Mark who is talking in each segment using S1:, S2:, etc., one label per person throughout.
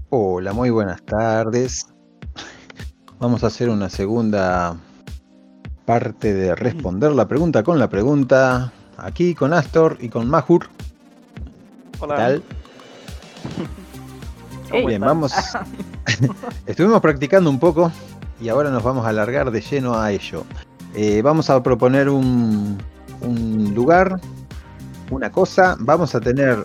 S1: Hola, muy buenas tardes. Vamos a hacer una segunda parte de responder la pregunta con la pregunta. Aquí con Astor y con Mahur. ¿Qué
S2: Hola.
S1: tal?
S2: ¿Cómo
S1: Bien,
S2: están?
S1: vamos. Estuvimos practicando un poco y ahora nos vamos a alargar de lleno a ello. Vamos a proponer un lugar, una cosa. Vamos a tener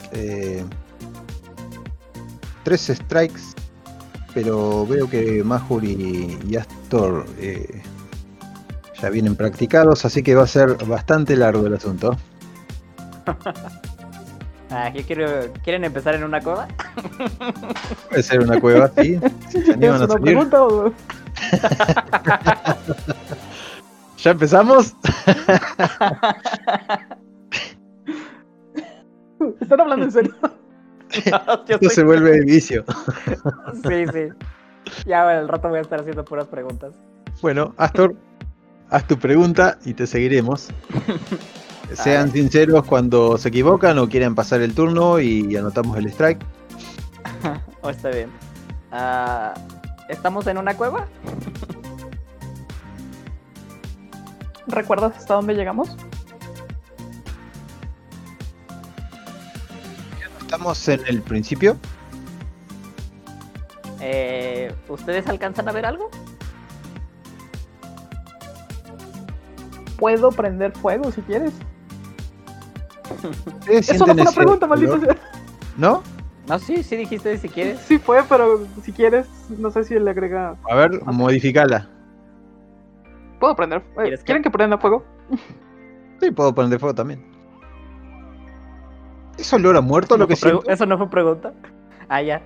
S1: 3 strikes, pero veo que Mahur y Astor ya vienen practicados, así que va a ser bastante largo el asunto.
S2: ¿Quieren empezar en una cueva?
S1: Puede ser una cueva, sí. Si se animan
S3: ¿Es
S1: a
S3: una
S1: salir.
S3: pregunta o...?
S1: ¿Ya empezamos?
S3: ¿Están hablando en serio?
S2: No, yo
S1: Esto
S2: soy-
S1: se vuelve vicio.
S2: Sí. Ya bueno, al rato voy a estar haciendo puras preguntas.
S1: Bueno, Astor, haz tu pregunta y te seguiremos. Sean sinceros cuando se equivocan o quieren pasar el turno y anotamos el strike.
S2: Está bien. ¿Estamos en una cueva?
S3: ¿Recuerdas hasta dónde llegamos?
S1: Estamos en el principio.
S2: ¿Ustedes alcanzan a ver algo?
S3: Puedo prender fuego si quieres.
S1: ¿Ustedes
S3: Eso no
S1: sienten
S3: fue una
S1: ese
S3: pregunta, maldito
S1: olor?
S3: sea.
S1: ¿No?
S2: No, sí dijiste si quieres.
S3: Sí fue, pero si quieres, no sé si le agrega...
S1: A ver, modificala.
S3: ¿Puedo prender?
S2: ¿Quieres
S3: ¿Quieren que prenda fuego?
S1: Sí, puedo prender fuego también. ¿Es olor a muerto lo que siento?
S2: Eso no fue pregunta. Ya.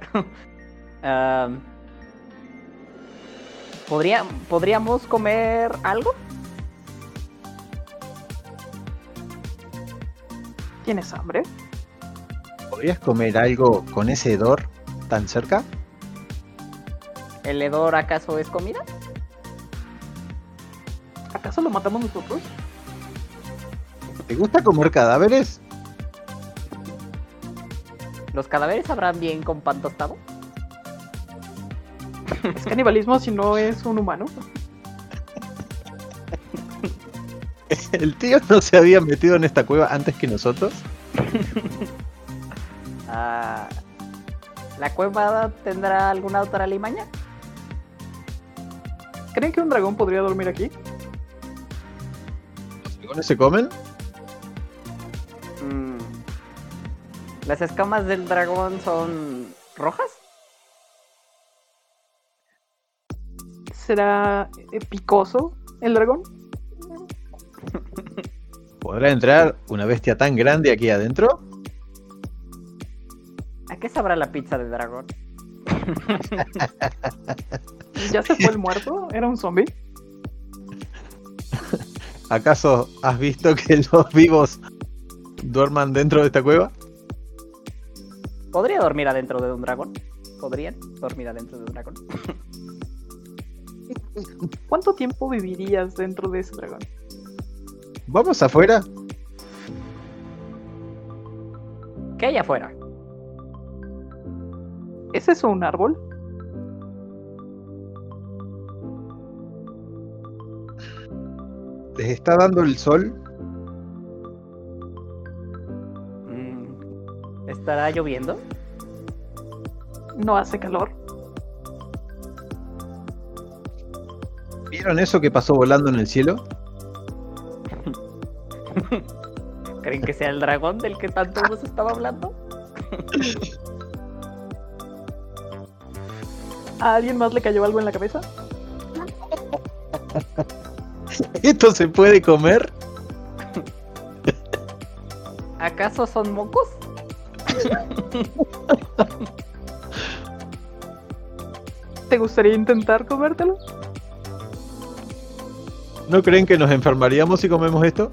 S2: ¿Podríamos comer algo?
S3: ¿Tienes hambre?
S1: ¿Podrías comer algo con ese hedor tan cerca?
S2: ¿El hedor acaso es comida?
S3: ¿Acaso lo matamos nosotros?
S1: ¿Te gusta comer cadáveres?
S2: ¿Los cadáveres sabrán bien con pan tostado?
S3: ¿Es canibalismo si no es un humano?
S1: ¿El tío no se había metido en esta cueva antes que nosotros?
S2: ¿La cueva tendrá alguna otra alimaña?
S3: ¿Creen que un dragón podría dormir aquí?
S1: ¿Los dragones se comen?
S2: ¿Las escamas del dragón son rojas?
S3: ¿Será picoso el dragón?
S1: ¿Podrá entrar una bestia tan grande aquí adentro?
S2: ¿A qué sabrá la pizza de dragón?
S3: ¿Ya se fue el muerto? ¿Era un zombie?
S1: ¿Acaso has visto que los vivos duerman dentro de esta cueva?
S2: ¿Podría dormir adentro de un dragón? ¿Podrían dormir adentro de un dragón?
S3: ¿Cuánto tiempo vivirías dentro de ese dragón?
S1: ¿Vamos afuera?
S2: ¿Qué hay afuera?
S3: ¿Es eso un árbol?
S1: ¿Les está dando el sol?
S2: ¿Estará lloviendo?
S3: ¿No hace calor?
S1: ¿Vieron eso que pasó volando en el cielo?
S2: ¿Creen que sea el dragón del que tanto hemos estado hablando?
S3: ¿A alguien más le cayó algo en la cabeza?
S1: ¿Esto se puede comer?
S2: ¿Acaso son mocos?
S3: ¿Te gustaría intentar comértelo?
S1: ¿No creen que nos enfermaríamos si comemos esto?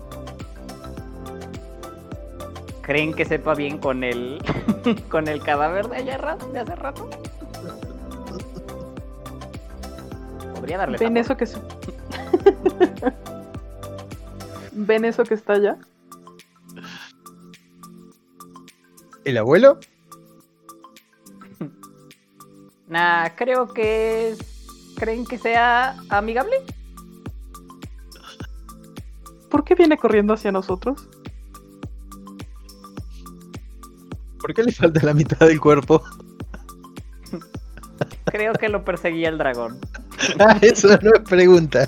S2: ¿Creen que sepa bien con el con el cadáver de de hace rato? Podría darle
S3: ¿Ven
S2: sabor.
S3: eso que ¿Ven eso que está allá?
S1: ¿El abuelo?
S2: Creo que... ¿Creen que sea amigable?
S3: ¿Por qué viene corriendo hacia nosotros?
S1: ¿Por qué le falta la mitad del cuerpo?
S2: Creo que lo perseguía el dragón.
S1: Eso no es pregunta.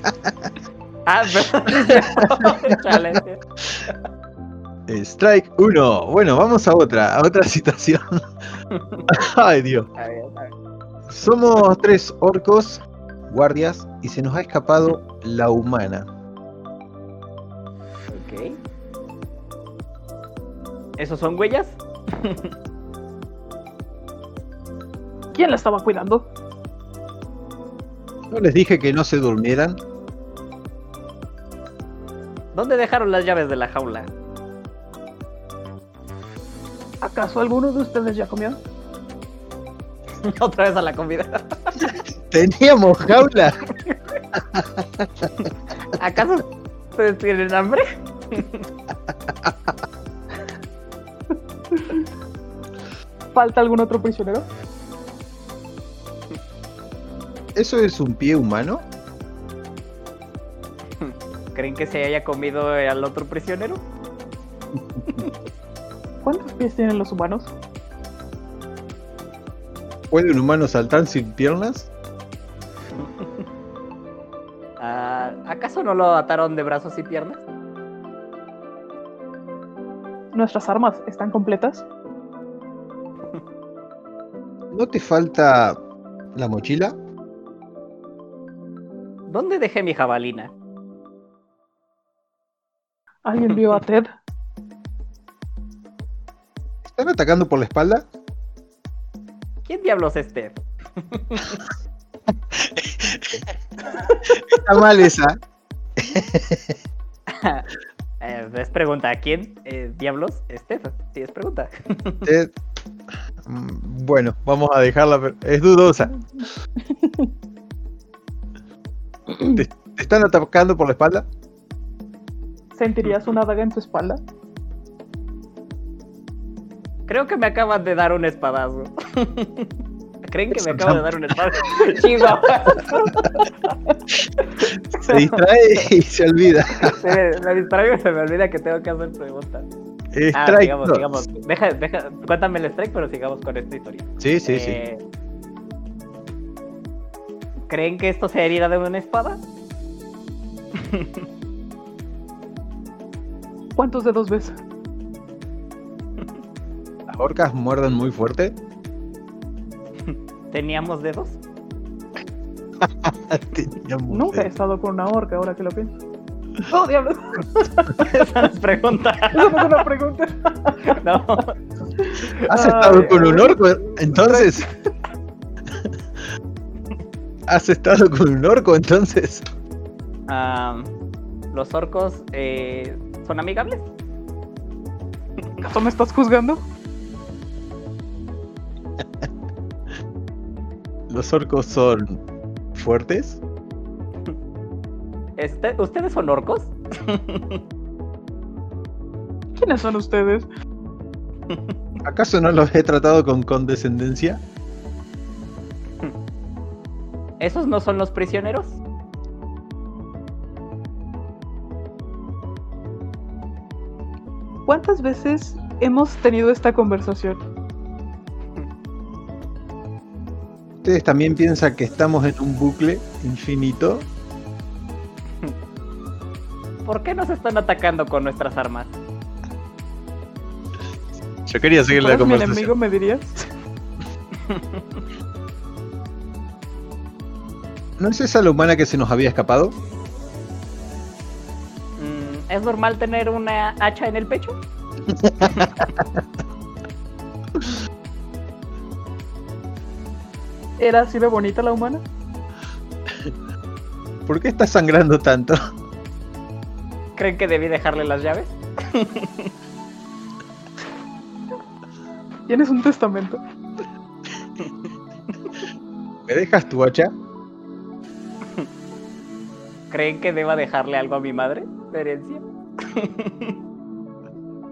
S2: Perdón. Chale.
S1: Strike 1. Bueno, vamos a otra situación. Ay, Dios.
S2: A ver.
S1: Somos 3 orcos, guardias, y se nos ha escapado la humana.
S2: Ok. ¿Esos son huellas?
S3: ¿Quién la estaba cuidando?
S1: ¿No les dije que no se durmieran?
S2: ¿Dónde dejaron las llaves de la jaula?
S3: ¿Acaso alguno de ustedes ya comió?
S2: Otra vez a la comida.
S1: ¡Teníamos jaula!
S2: ¿Acaso ustedes tienen hambre?
S3: ¿Falta algún otro prisionero?
S1: ¿Eso es un pie humano?
S2: ¿Creen que se haya comido al otro prisionero?
S3: ¿Cuántos pies tienen los humanos?
S1: ¿Puede un humano saltar sin piernas?
S2: ¿Acaso no lo ataron de brazos y piernas?
S3: ¿Nuestras armas están completas?
S1: ¿No te falta la mochila?
S2: ¿Dónde dejé mi jabalina?
S3: ¿Alguien vio a Ted?
S1: ¿Están atacando por la espalda?
S2: ¿Quién diablos es Ted?
S1: Está mal esa.
S2: Es pregunta. ¿Quién diablos es Ted? Sí, es pregunta.
S1: Bueno, vamos a dejarla. Es dudosa. ¿Te están atacando por la espalda?
S3: ¿Sentirías una daga en tu espalda?
S2: Creo que me acaban de dar un espadazo. ¿Creen que me acaban de dar un espadazo? Chihuahua.
S1: Se distrae y se olvida.
S2: Me distraigo y se me olvida que tengo que hacer preguntas.
S1: Strike
S2: Sigamos,
S1: 2.
S2: sigamos. Cuéntame el strike, pero sigamos con esta historia.
S1: Sí.
S2: ¿Creen que esto se herirá de una espada?
S3: ¿Cuántos dedos ves?
S1: ¿Las orcas muerden muy fuerte?
S2: ¿Teníamos dedos?
S1: Teníamos
S3: Nunca he
S1: dedos.
S3: estado con una orca, ahora que lo pienso. ¡Oh, diablos!
S2: Esa es pregunta.
S3: Eso no es una pregunta.
S2: No.
S1: ¿Has estado con un orco? Entonces. ¿Has estado con un orco entonces?
S2: ¿Los orcos son amigables?
S3: ¿Acaso me estás juzgando?
S1: ¿Los orcos son fuertes?
S2: ¿Ustedes son orcos?
S3: ¿Quiénes son ustedes?
S1: ¿Acaso no los he tratado con condescendencia?
S2: ¿Esos no son los prisioneros?
S3: ¿Cuántas veces hemos tenido esta conversación?
S1: ¿Ustedes también piensan que estamos en un bucle infinito?
S2: ¿Por qué nos están atacando con nuestras armas?
S1: Yo quería seguir la
S3: ¿Fueras mi
S1: conversación.
S3: enemigo, me dirías?
S1: ¿No es esa la humana que se nos había escapado?
S2: ¿Es normal tener una hacha en el pecho?
S3: ¿Era así de bonita la humana?
S1: ¿Por qué está sangrando tanto?
S2: ¿Creen que debí dejarle las llaves?
S3: ¿Tienes un testamento?
S1: ¿Me dejas tu hacha?
S2: ¿Creen que deba dejarle algo a mi madre de herencia?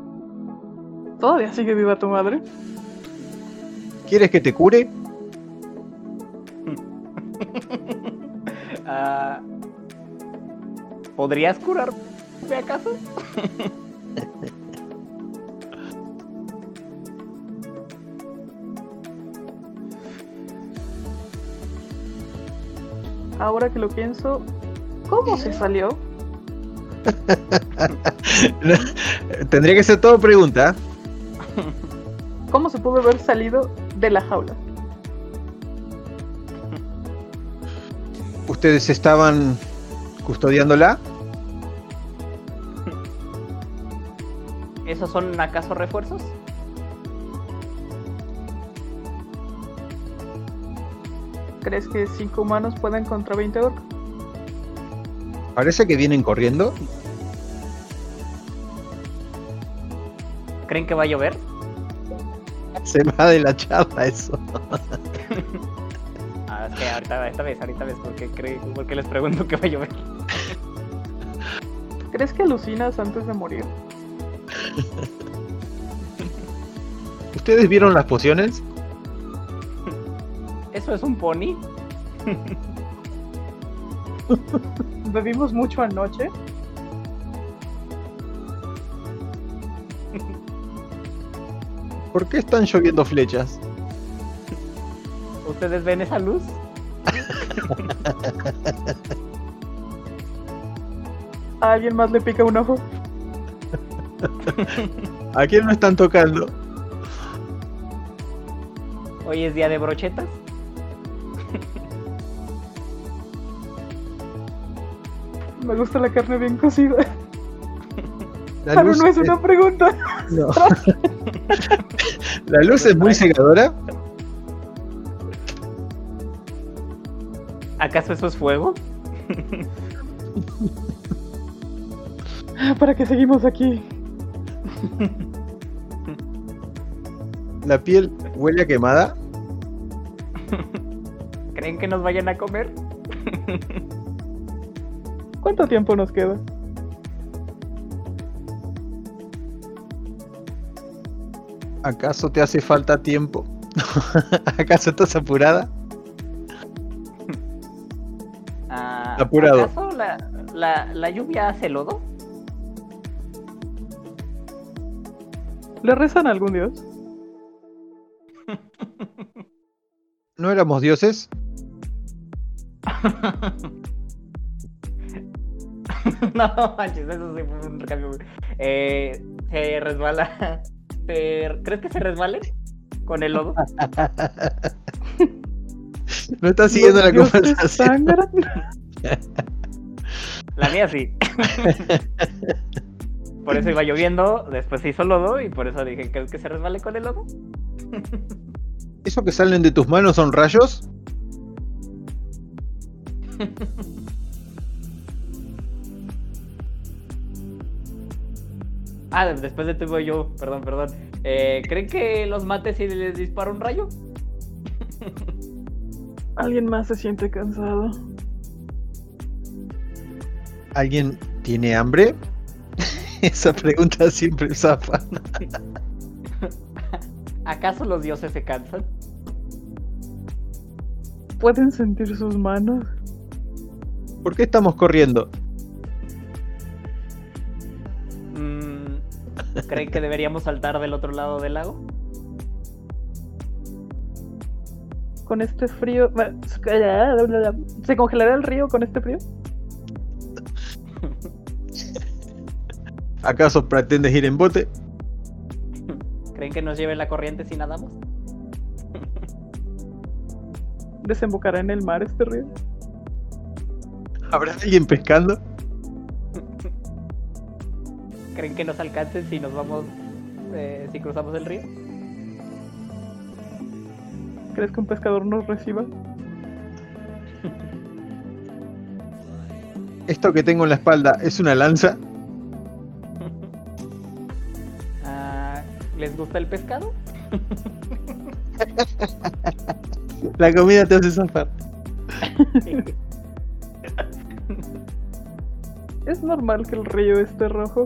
S3: ¿Todavía sigue viva tu madre?
S1: ¿Quieres que te cure?
S2: Ah, ¿podrías curarme acaso?
S3: Ahora que lo pienso, ¿cómo se salió?
S1: Tendría que ser todo pregunta.
S3: ¿Cómo se pudo haber salido de la jaula?
S1: ¿Ustedes estaban custodiándola?
S2: ¿Esos son acaso refuerzos?
S3: ¿Crees que 5 humanos pueden contra 20 orcos?
S1: Parece que vienen corriendo.
S2: ¿Creen que va a llover?
S1: Se va de la charla eso.
S2: Es que ahorita ves, ¿por qué les pregunto que va a llover?
S3: ¿Crees que alucinas antes de morir?
S1: ¿Ustedes vieron las pociones?
S2: ¿Eso es un pony?
S3: ¿Bebimos mucho anoche?
S1: ¿Por qué están lloviendo flechas?
S2: ¿Ustedes ven esa luz?
S3: ¿A alguien más le pica un ojo?
S1: ¿A quién no están tocando?
S2: ¿Hoy es día de brochetas?
S3: Me gusta la carne bien cocida.
S1: La
S3: Pero
S1: luz
S3: no es una pregunta.
S1: No. La luz es muy cegadora.
S2: ¿Acaso eso es fuego?
S3: ¿Para qué seguimos aquí?
S1: La piel huele a quemada.
S2: ¿Creen que nos vayan a comer?
S3: ¿Cuánto tiempo nos queda?
S1: ¿Acaso te hace falta tiempo? ¿Acaso estás apurada? Apurado.
S2: ¿Acaso la lluvia hace lodo?
S3: ¿Le rezan a algún dios?
S1: ¿No éramos dioses?
S2: No, manches, eso sí fue un recambio. Se resbala. ¿Crees que se resbale con el lodo?
S1: No estás siguiendo la
S3: ¿Los dioses
S1: conversación.
S3: sangran?
S2: La mía sí. Por eso iba lloviendo, después se hizo lodo y por eso dije, ¿crees que se resbale con el lodo?
S1: ¿Eso que salen de tus manos son rayos?
S2: Después de todo yo, perdón. ¿Creen que los mate si les dispara un rayo?
S3: ¿Alguien más se siente cansado?
S1: ¿Alguien tiene hambre? Esa pregunta siempre zafa.
S2: ¿Acaso los dioses se cansan?
S3: ¿Pueden sentir sus manos?
S1: ¿Por qué estamos corriendo?
S2: ¿Creen que deberíamos saltar del otro lado del lago?
S3: Con este frío... ¿Se congelará el río con este frío?
S1: ¿Acaso pretendes ir en bote?
S2: ¿Creen que nos lleve la corriente si nadamos?
S3: ¿Desembocará en el mar este río?
S1: ¿Habrá alguien pescando?
S2: ¿Creen que nos alcancen si nos vamos, si cruzamos el río?
S3: ¿Crees que un pescador nos reciba?
S1: ¿Esto que tengo en la espalda es una lanza?
S2: ¿Les gusta el pescado?
S1: La comida te hace zafar.
S3: ¿Es normal que el río esté rojo?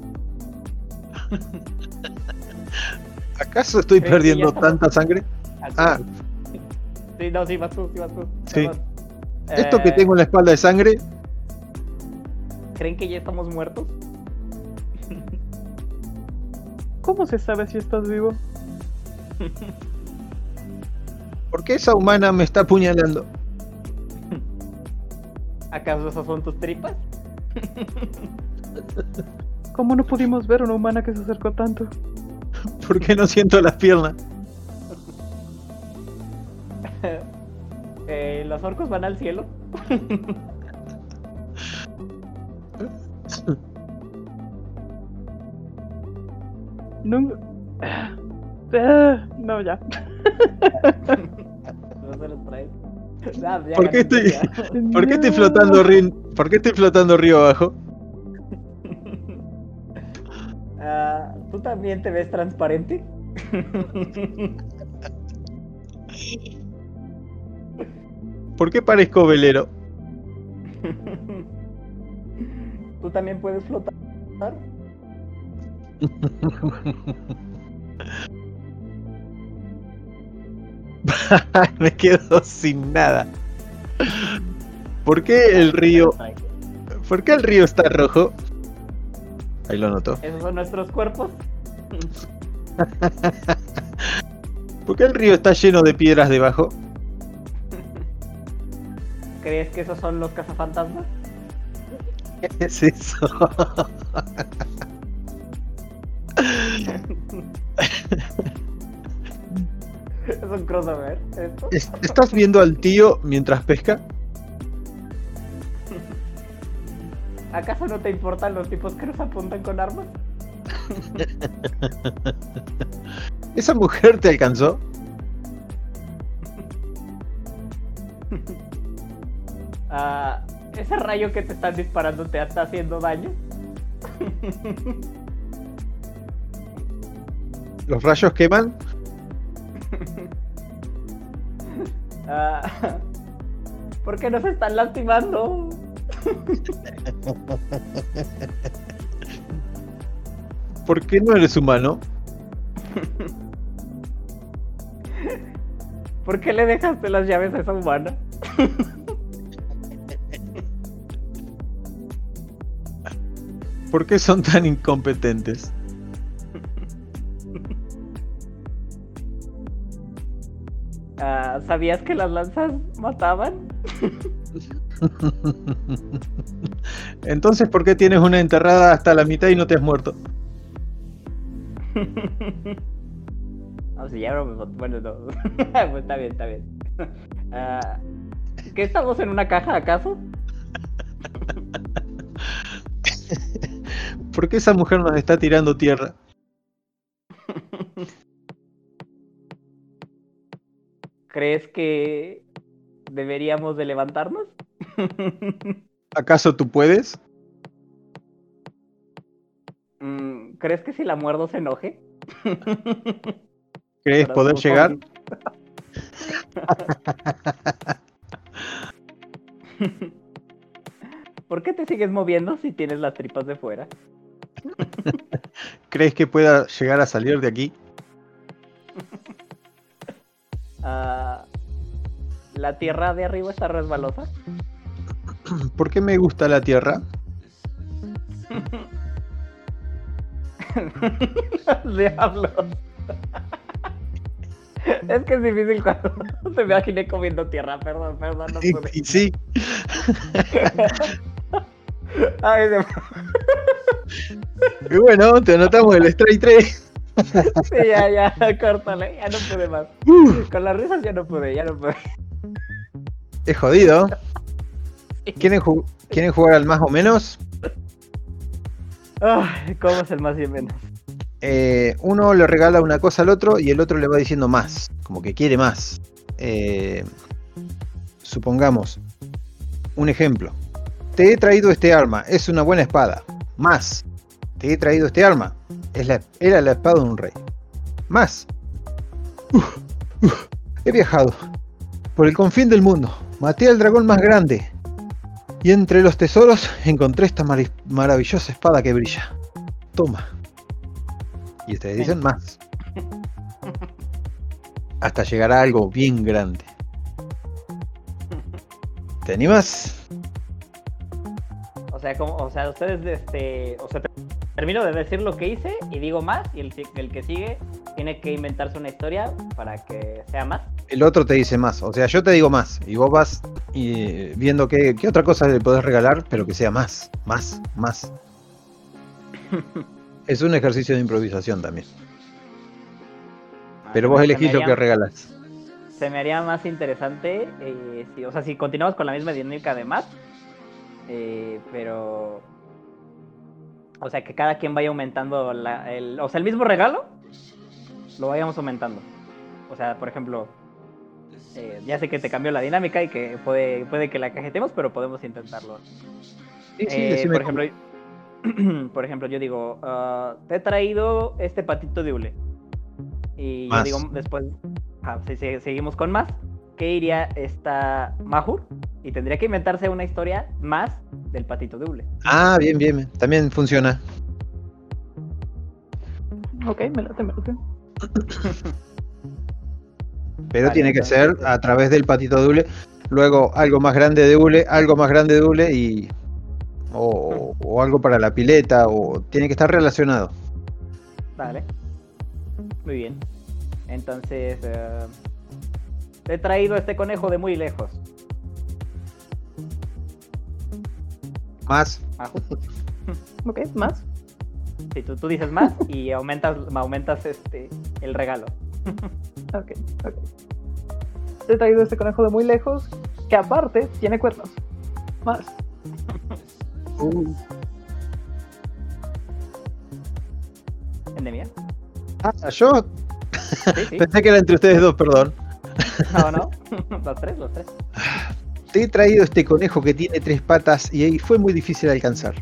S1: ¿Acaso estoy perdiendo tanta sangre?
S2: Sí, no, sí, vas tú.
S1: Sí.
S2: Perdón.
S1: Esto que tengo en la espalda de sangre,
S2: ¿Creen que ya estamos muertos?
S3: ¿Cómo se sabe si estás vivo?
S1: ¿por qué esa humana me está apuñalando?
S2: ¿Acaso esas son tus tripas?
S3: ¿Cómo no pudimos ver una humana que se acercó tanto?
S1: ¿Por qué no siento las piernas?
S2: ¿Los orcos van al cielo?
S3: No, no ya.
S2: No se los traes. Ah, ya
S1: ¿Por qué
S2: gané,
S1: estoy,
S2: ya.
S1: ¿por qué estoy flotando ¿por qué estoy flotando río abajo?
S2: ¿Tú también te ves transparente?
S1: ¿Por qué parezco velero?
S2: ¿Tú también puedes flotar?
S1: Me quedo sin nada. ¿Por qué el río está rojo? Ahí lo noto.
S2: ¿Esos son nuestros cuerpos?
S1: ¿Por qué el río está lleno de piedras debajo?
S2: ¿Crees que esos son los cazafantasmas?
S1: ¿Qué es eso?
S2: Es un crossover, ¿esto?
S1: ¿Estás viendo al tío mientras pesca?
S2: ¿Acaso no te importan los tipos que nos apuntan con armas?
S1: ¿Esa mujer te alcanzó?
S2: ¿Ese rayo que te están disparando te está haciendo daño?
S1: ¿Los rayos queman?
S2: ¿Por qué nos están lastimando?
S1: ¿Por qué no eres humano?
S2: ¿Por qué le dejaste las llaves a esa humana?
S1: ¿Por qué son tan incompetentes?
S2: ¿Sabías que las lanzas mataban?
S1: Entonces, ¿por qué tienes una enterrada hasta la mitad y no te has muerto?
S2: Sí, ya no, bueno, no. Pues está bien, está bien. ¿Qué estamos en una caja, acaso?
S1: ¿Por qué esa mujer nos está tirando tierra?
S2: ¿Crees que deberíamos de levantarnos?
S1: ¿Acaso tú puedes?
S2: ¿Crees que si la muerdo se enoje?
S1: ¿Crees
S2: Para
S1: poder
S2: sus
S1: llegar?
S2: hobbies. ¿Por qué te sigues moviendo si tienes las tripas de fuera?
S1: ¿Crees que pueda llegar a salir de aquí?
S2: ¿La tierra de arriba está resbalosa?
S1: ¿Por qué me gusta la tierra?
S2: Diablos. Es que es difícil cuando te imaginé comiendo tierra, perdón, no pude.
S1: Y sí.
S2: Ay,
S1: Y bueno, te anotamos el strike 3.
S2: sí, ya, córtale, ya no pude más. Con las risas ya no pude.
S1: Es jodido. ¿Quieren jugar al más o menos?
S2: Ay, ¿cómo es el más y menos?
S1: Uno le regala una cosa al otro y el otro le va diciendo más, como que quiere más. Supongamos, un ejemplo. Te he traído este arma, es una buena espada. Más. Te he traído este arma, era la espada de un rey. Más. He viajado por el confín del mundo, maté al dragón más grande y entre los tesoros encontré esta maravillosa espada que brilla. Toma. Y ustedes dicen más. Hasta llegar a algo bien grande. ¿Te animas?
S2: O sea, ustedes, termino de decir lo que hice y digo más, y el que sigue tiene que inventarse una historia para que sea más.
S1: El otro te dice más, o sea, yo te digo más, y vos vas viendo qué otra cosa le podés regalar, pero que sea más. Es un ejercicio de improvisación también. Pero vos elegís lo que regalás.
S2: Se me haría más interesante, si continuamos con la misma dinámica de más, pero... O sea, que cada quien vaya aumentando el mismo regalo, lo vayamos aumentando. O sea, por ejemplo, ya sé que te cambió la dinámica y que puede que la cajetemos, pero podemos intentarlo.
S1: Sí,
S2: por ejemplo, yo digo, te he traído este patito de hule. Y
S1: más.
S2: yo digo después, si seguimos con más, ¿qué iría esta Mahur? Y tendría que inventarse una historia más del patito de hule.
S1: Ah, bien, también funciona.
S3: Ok, me late.
S1: Pero
S2: Vale,
S1: tiene que
S2: entonces,
S1: ser a través del patito de hule, luego algo más grande de hule, o algo para la pileta, o tiene que estar relacionado.
S2: Vale. Muy bien. Entonces, te he traído este conejo de muy lejos.
S1: Más.
S2: Mahur.
S3: Ok, más.
S2: Si tú dices más y aumentas el regalo.
S3: Ok. Te he traído este conejo de muy lejos, que aparte tiene cuernos. Más.
S2: ¿Endemia?
S1: Yo
S2: Sí.
S1: pensé que era entre ustedes dos, perdón.
S2: No. Los tres.
S1: Te he traído este conejo que tiene 3 patas y ahí fue muy difícil alcanzar.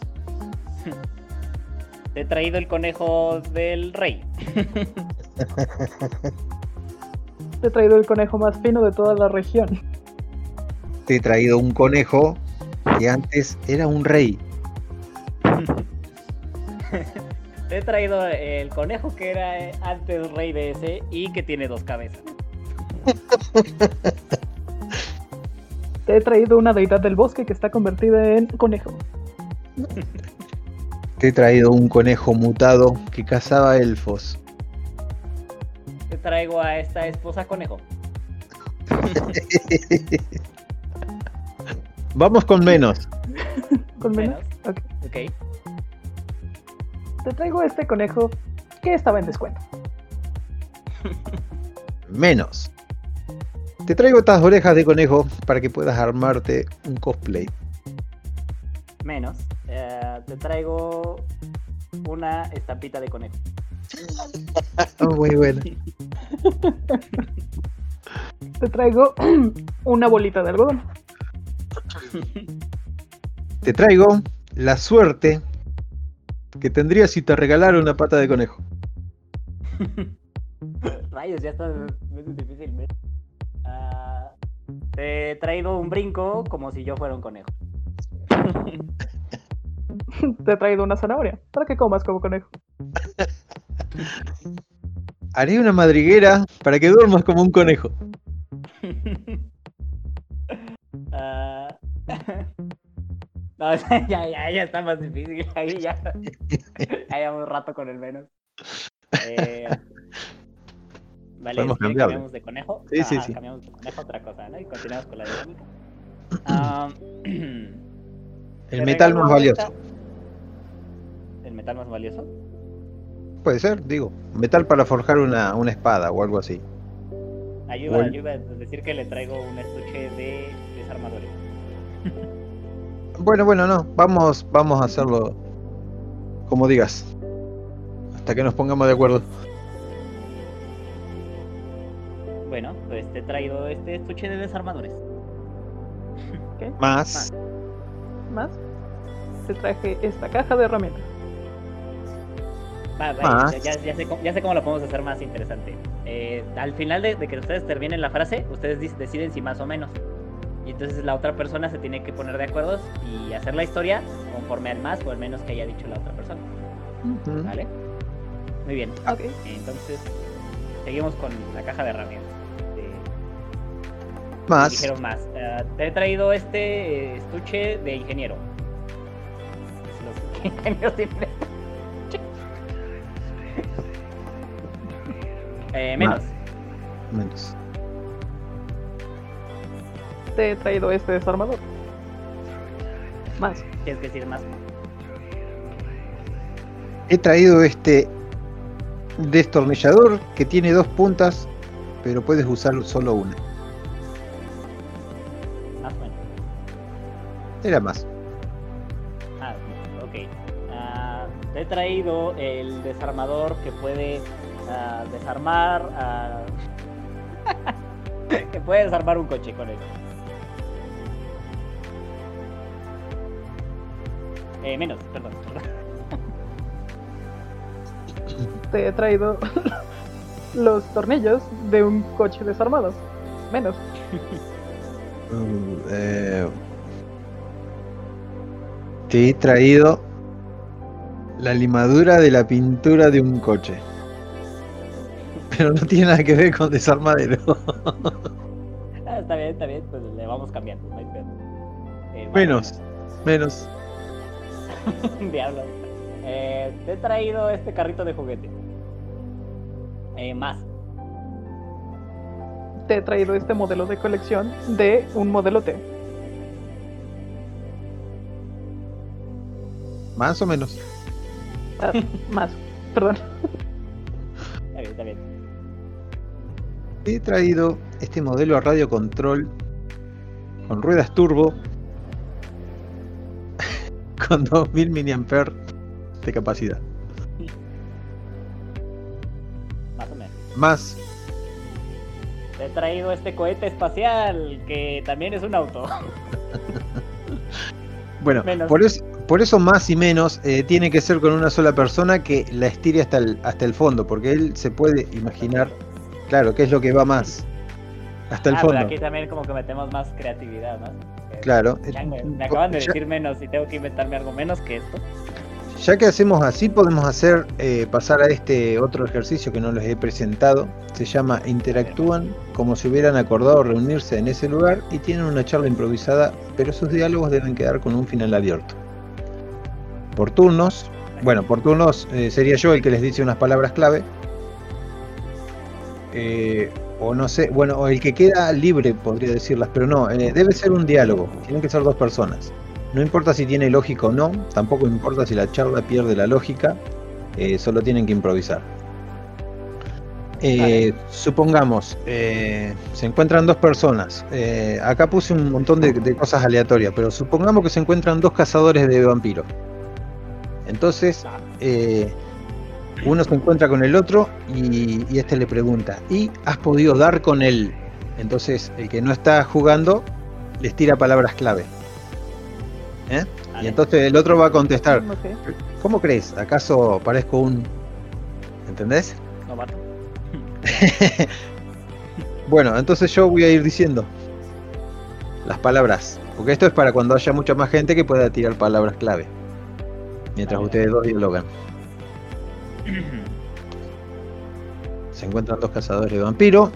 S2: Te he traído el conejo del rey.
S3: Te he traído el conejo más fino de toda la región.
S1: Te he traído un conejo que antes era un rey.
S2: Te he traído el conejo que era antes rey de ese y que tiene 2 cabezas.
S3: Te he traído una deidad del bosque que está convertida en conejo.
S1: Te he traído un conejo mutado que cazaba elfos.
S2: Te traigo a esta esposa conejo.
S1: Vamos con menos.
S3: ¿Con menos?
S2: Menos.
S3: Ok.
S2: Ok.
S3: Te traigo este conejo que estaba en descuento.
S1: Menos. Te traigo estas orejas de conejo para que puedas armarte un cosplay.
S2: Menos. Te traigo una estampita de conejo.
S1: Muy bueno.
S3: Te traigo una bolita de algodón.
S1: Te traigo la suerte que tendrías si te regalara una pata de conejo.
S2: Rayos, ya está muy difícil. Te he traído un brinco como si yo fuera un conejo.
S3: Te he traído una zanahoria para que comas como conejo.
S1: Haré una madriguera para que duermas como un conejo.
S2: No, ya está más difícil. Ahí ya un rato con el menos. Vale,
S1: Podemos
S2: si cambiamos de conejo.
S1: Sí.
S2: Cambiamos de conejo a otra cosa, ¿no? Y continuamos con la dinámica.
S1: El metal más valioso.
S2: ¿El metal más valioso?
S1: Puede ser, digo. Metal para forjar una espada o algo así.
S2: Yo iba a decir que le traigo un estuche de desarmadores.
S1: Bueno, no. Vamos a hacerlo como digas. Hasta que nos pongamos de acuerdo.
S2: Bueno, pues te he traído este estuche de desarmadores.
S3: ¿Qué?
S1: Más.
S3: Más. Te traje esta caja de herramientas.
S2: Ya sé cómo lo podemos hacer más interesante. Al final de que ustedes terminen la frase, ustedes deciden si más o menos. Y entonces la otra persona se tiene que poner de acuerdo y hacer la historia conforme al más o al menos que haya dicho la otra persona.
S1: Uh-huh.
S2: ¿Vale? Muy bien.
S3: Ok.
S2: Entonces, seguimos con la caja de herramientas.
S1: Más.
S2: Dijeron más. Te he traído este estuche de ingeniero. Los ingenieros tienen estuche. Menos.
S1: Menos.
S3: Te he traído este desarmador. Más.
S2: Tienes que decir más.
S1: He traído este destornillador que tiene 2 puntas, pero puedes usar solo una.
S2: Más o menos.
S1: Era más.
S2: Ok. Te he traído el desarmador que puede desarmar. Que puede desarmar un coche con él. Menos, perdón.
S3: Te he traído los tornillos de un coche desarmado. Menos.
S1: Te he traído la limadura de la pintura de un coche. Pero no tiene nada que ver con desarmadero.
S2: Está bien, pues le vamos cambiando, no hay pedo.
S1: Menos.
S2: Diablo. Te he traído este carrito de juguete. Más.
S3: Te he traído este modelo de colección de un modelo T.
S1: Más o menos.
S3: Más. Perdón.
S2: Está bien.
S1: He traído este modelo a radio control con ruedas turbo con 2000 mAh de capacidad.
S2: Más o menos.
S1: Más.
S2: Te he traído este cohete espacial que también es un auto.
S1: Bueno,
S2: Menos.
S1: por eso más y menos tiene que ser con una sola persona que la estire hasta el fondo, porque él se puede imaginar, claro, qué es lo que va más. Hasta el fondo.
S2: Pero aquí también como que metemos más creatividad, ¿no?
S1: Claro.
S2: Chango, me acaban de decir menos y tengo que inventarme algo menos que esto.
S1: Ya que hacemos así, podemos hacer pasar a este otro ejercicio que no les he presentado. Se llama Interactúan como si hubieran acordado reunirse en ese lugar y tienen una charla improvisada, pero sus diálogos deben quedar con un final abierto. Por turnos, sería yo el que les dice unas palabras clave. O no sé, o el que queda libre podría decirlas, pero no, debe ser un diálogo, tienen que ser 2 personas. No importa si tiene lógica o no, tampoco importa si la charla pierde la lógica, solo tienen que improvisar. Supongamos, se encuentran 2 personas. Acá puse un montón de cosas aleatorias, pero supongamos que se encuentran 2 cazadores de vampiros. Entonces, uno se encuentra con el otro y este le pregunta: ¿y has podido dar con él? Entonces, el que no está jugando les tira palabras clave. Y entonces el otro va a contestar:
S3: Okay.
S1: ¿Cómo crees? ¿Acaso parezco un...? ¿Entendés?
S2: Novato.
S1: Bueno, entonces yo voy a ir diciendo las palabras, porque esto es para cuando haya mucha más gente que pueda tirar palabras clave, mientras ustedes 2 dialogan. Se encuentran 2 cazadores de vampiro.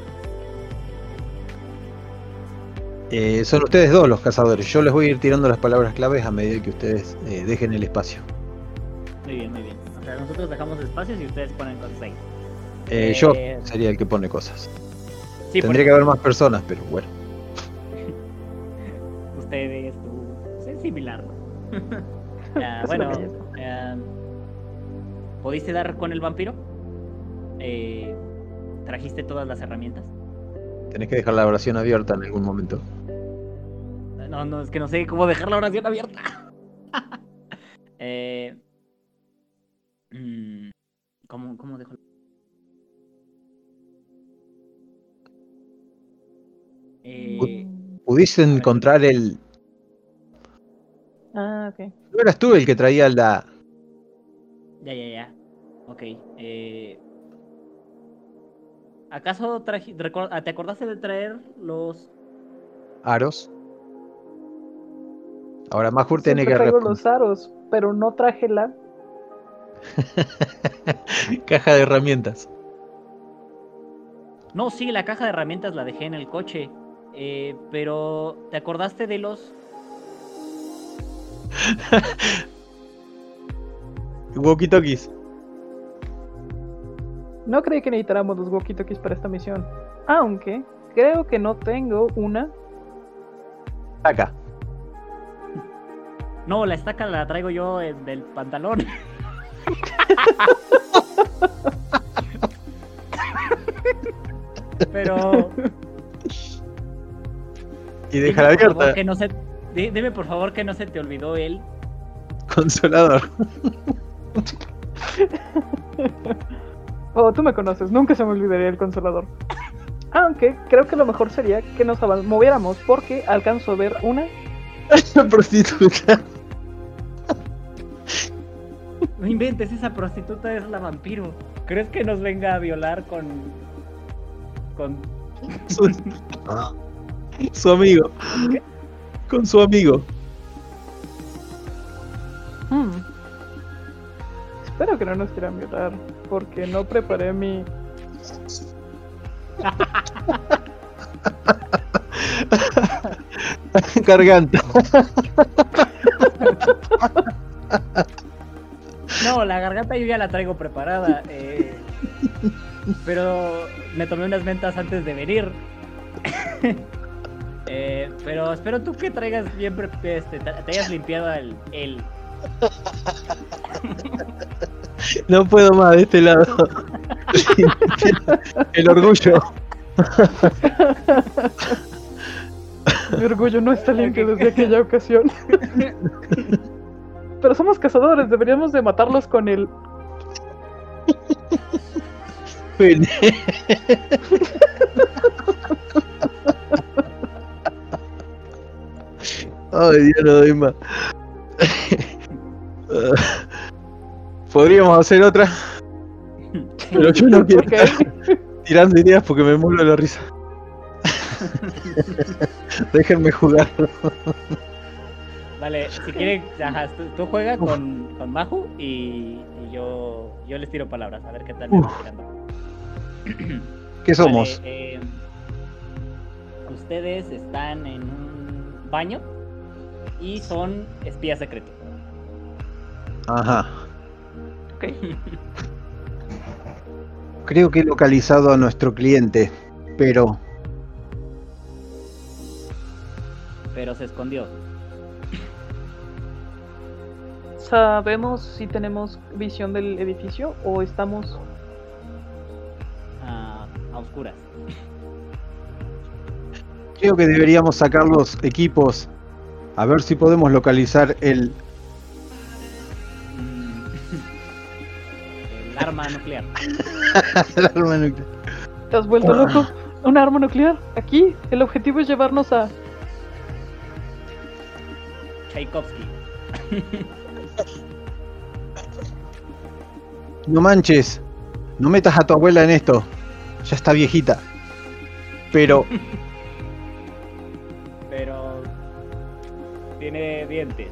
S1: Son ustedes 2 los cazadores. Yo les voy a ir tirando las palabras claves a medida que ustedes dejen el espacio.
S2: Muy bien. O sea, nosotros dejamos espacios y ustedes ponen cosas ahí.
S1: Yo sería el que pone cosas.
S2: Sí,
S1: Tendría que haber más personas, pero bueno.
S2: Ustedes, tú. Es similar.
S3: Es
S2: Bueno,
S3: una belleza.
S2: ¿pudiste dar con el vampiro? ¿Trajiste todas las herramientas?
S1: Tenés que dejar la oración abierta en algún momento.
S2: No, es que no sé cómo dejar la oración abierta. ¿Cómo dejo?
S1: ¿Pudiste encontrar el...?
S3: Ok.
S1: No eras tú el que traía la...
S2: Ya. Ok. ¿Acaso te acordaste de traer los...
S1: aros? Ahora Mahur tiene
S3: Siempre
S1: que
S3: traigo
S1: responder.
S3: los aros, pero no traje la...
S1: Caja de herramientas.
S2: No, sí, la caja de herramientas la dejé en el coche. Pero, ¿te acordaste de los...?
S1: Walkie-talkies.
S3: No creí que necesitáramos los walkie-talkies para esta misión. Aunque creo que no tengo una.
S1: Acá.
S2: No, la estaca la traigo yo del pantalón. Pero...
S1: Y déjala
S2: dime, por favor,
S1: abierta.
S2: que no se... Dime por favor que no se te olvidó el...
S1: Consolador.
S3: Oh, tú me conoces, nunca se me olvidaría el consolador. Aunque creo que lo mejor sería que nos moviéramos porque alcanzo a ver una.
S1: La prostituta.
S2: No inventes, esa prostituta es la vampiro. ¿Crees que nos venga a violar con
S1: Su amigo. Con su amigo.
S3: Espero que no nos quieran violar porque no preparé mi...
S1: Garganta.
S2: No, la garganta yo ya la traigo preparada. Pero me tomé unas mentas antes de venir. Pero espero tú que traigas bien te hayas limpiado el...
S1: No puedo más de este lado. El orgullo.
S3: Mi orgullo no está limpio desde aquella ocasión. Pero somos cazadores, deberíamos de matarlos con el...
S1: Pene. Ay, Dios, no doy más. Podríamos hacer otra, pero yo no quiero estar tirando ideas porque me muero de la risa. Déjenme jugar.
S2: Vale, si quieren, ajá, tú juega con Maju y yo les tiro palabras, a ver qué tal me va tirando.
S1: ¿Qué somos?
S2: Vale, ustedes están en un baño y son espías secretos.
S1: Ajá.
S3: Ok.
S1: Creo que he localizado a nuestro cliente, pero
S2: Se escondió.
S3: ¿Sabemos si tenemos visión del edificio o estamos...?
S2: A oscuras.
S1: creo que deberíamos sacar los equipos a ver si podemos localizar el...
S2: El arma nuclear.
S1: el arma nuclear.
S3: ¿Te has vuelto loco? ¿Un arma nuclear? Aquí, el objetivo es llevarnos a...
S2: Tchaikovsky.
S1: No manches, no metas a tu abuela en esto. Ya está viejita. Pero
S2: tiene dientes.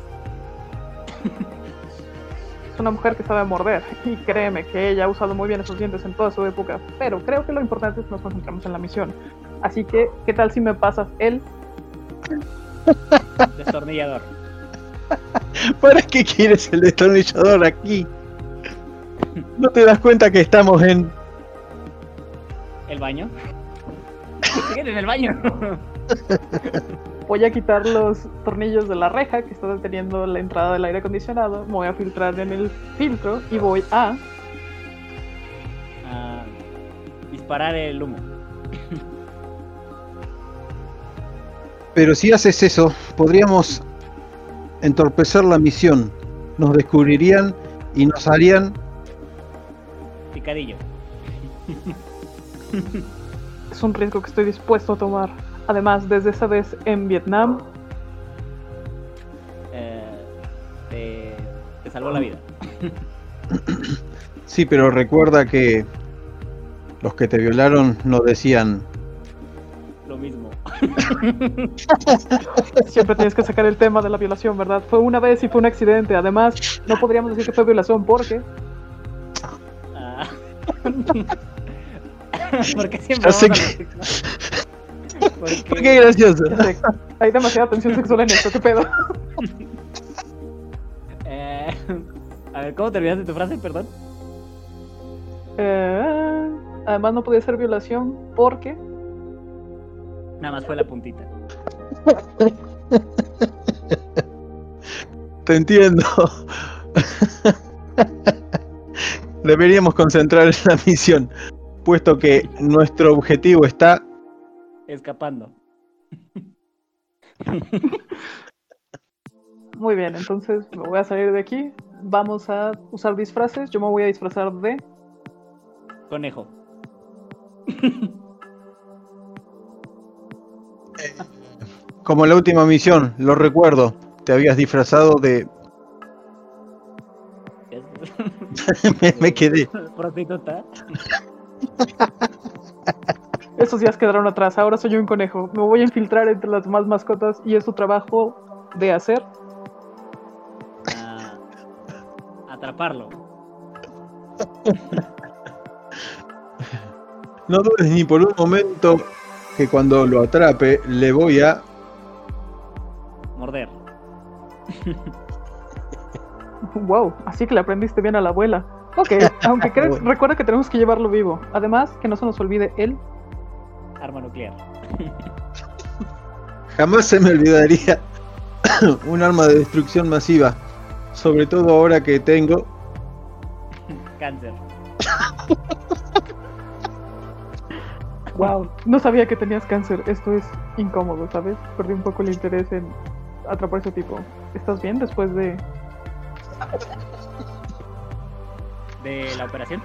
S3: Es una mujer que sabe morder. Y créeme que ella ha usado muy bien esos dientes en toda su época. Pero creo que lo importante es que nos concentremos en la misión. Así que, ¿qué tal si me pasas el...
S2: Destornillador.
S1: ¿para qué quieres el destornillador aquí? ¿No te das cuenta que estamos en...
S2: ¿El baño? ¿Siguen en el baño?
S3: Voy a quitar los tornillos de la reja que está deteniendo la entrada del aire acondicionado. Me voy a filtrar en el filtro y voy a...
S2: disparar el humo.
S1: Pero si haces eso, podríamos entorpecer la misión. Nos descubrirían y nos harían...
S2: Picadillo.
S3: Es un riesgo que estoy dispuesto a tomar. Además, desde esa vez en Vietnam...
S2: Te salvó la vida.
S1: Sí, pero recuerda que los que te violaron no decían...
S2: Lo mismo.
S3: Siempre tienes que sacar el tema de la violación, ¿verdad? Fue una vez y fue un accidente. Además, no podríamos decir que fue violación porque...
S2: Porque siempre
S1: Ya sé
S2: vamos a
S1: Qué gracioso.
S3: Hay demasiada tensión sexual en esto, ¿qué pedo?
S2: A ver, ¿cómo terminaste tu frase? Perdón.
S3: Además no podía ser violación porque...
S2: Nada más fue la puntita.
S1: Te entiendo. Deberíamos concentrar en la misión, puesto que nuestro objetivo está
S2: escapando.
S3: Muy bien, entonces me voy a salir de aquí. Vamos a usar disfraces. Yo me voy a disfrazar de...
S2: conejo.
S1: Como la última misión, lo recuerdo. Te habías disfrazado de... me quedé.
S2: Prostituta.
S3: Esos días quedaron atrás, ahora soy un conejo. Me voy a infiltrar entre las demás mascotas y es su trabajo de hacer...
S2: atraparlo.
S1: No dudes ni por un momento que cuando lo atrape le voy a...
S2: morder.
S3: Wow, así que le aprendiste bien a la abuela. Ok, aunque
S1: Bueno.
S3: recuerda que tenemos que llevarlo vivo. Además, que no se nos olvide el...
S2: Arma nuclear.
S1: Jamás se me olvidaría un arma de destrucción masiva. Sobre todo ahora que tengo...
S2: Cáncer.
S3: Wow, no sabía que tenías cáncer. Esto es incómodo, ¿sabes? Perdí un poco el interés en atrapar a ese tipo. ¿Estás bien después de...?
S2: ¿De la operación?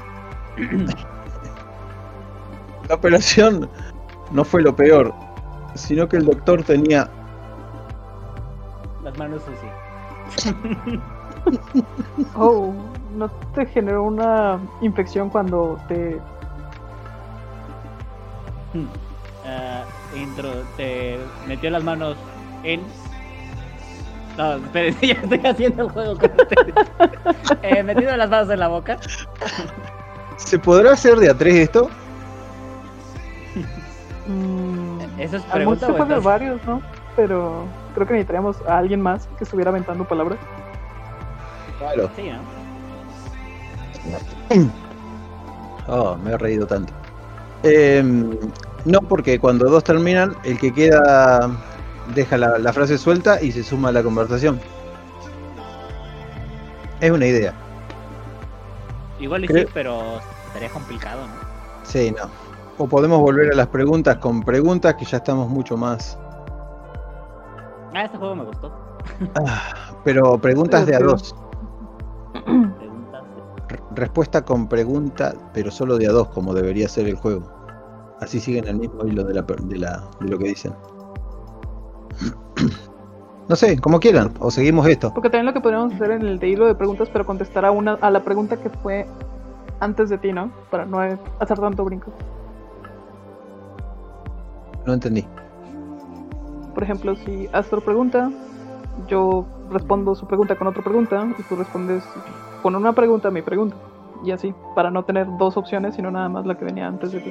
S1: La operación no fue lo peor, sino que el doctor tenía...
S2: Las manos sucias.
S3: Oh, ¿no te generó una infección cuando te...
S2: te metió las manos en... No, espérense, ya estoy haciendo el juego con ustedes. Metido las manos en la boca.
S1: ¿Se podrá hacer de a 3 esto?
S2: ¿Eso es
S3: Al
S2: pregunta
S3: se
S2: o
S3: puede
S2: estás-
S3: varios, ¿no? Pero creo que necesitaríamos a alguien más que estuviera aventando palabras.
S1: Claro.
S2: Sí, ¿no?
S1: Oh, me he reído tanto. No, porque cuando dos terminan, el que queda deja la frase suelta y se suma a la conversación. Es una idea.
S2: Igual y
S1: Creo-
S2: sí, pero estaría complicado, ¿no?
S1: Sí, no. O podemos volver a las preguntas con preguntas que ya estamos mucho más.
S2: Este juego me gustó.
S1: Pero preguntas de a dos.
S2: Preguntas.
S1: Respuesta con pregunta, pero solo de a dos, como debería ser el juego. Así siguen el mismo hilo de lo que dicen. No sé, como quieran, o seguimos esto.
S3: Porque también lo que podríamos hacer en el de hilo de preguntas, pero contestar a la pregunta que fue antes de ti, ¿no? Para no hacer tanto brinco.
S1: No entendí.
S3: Por ejemplo, si Astor pregunta, yo respondo su pregunta con otra pregunta y tú respondes con una pregunta a mi pregunta. Y así, para no tener dos opciones, sino nada más la que venía antes de ti.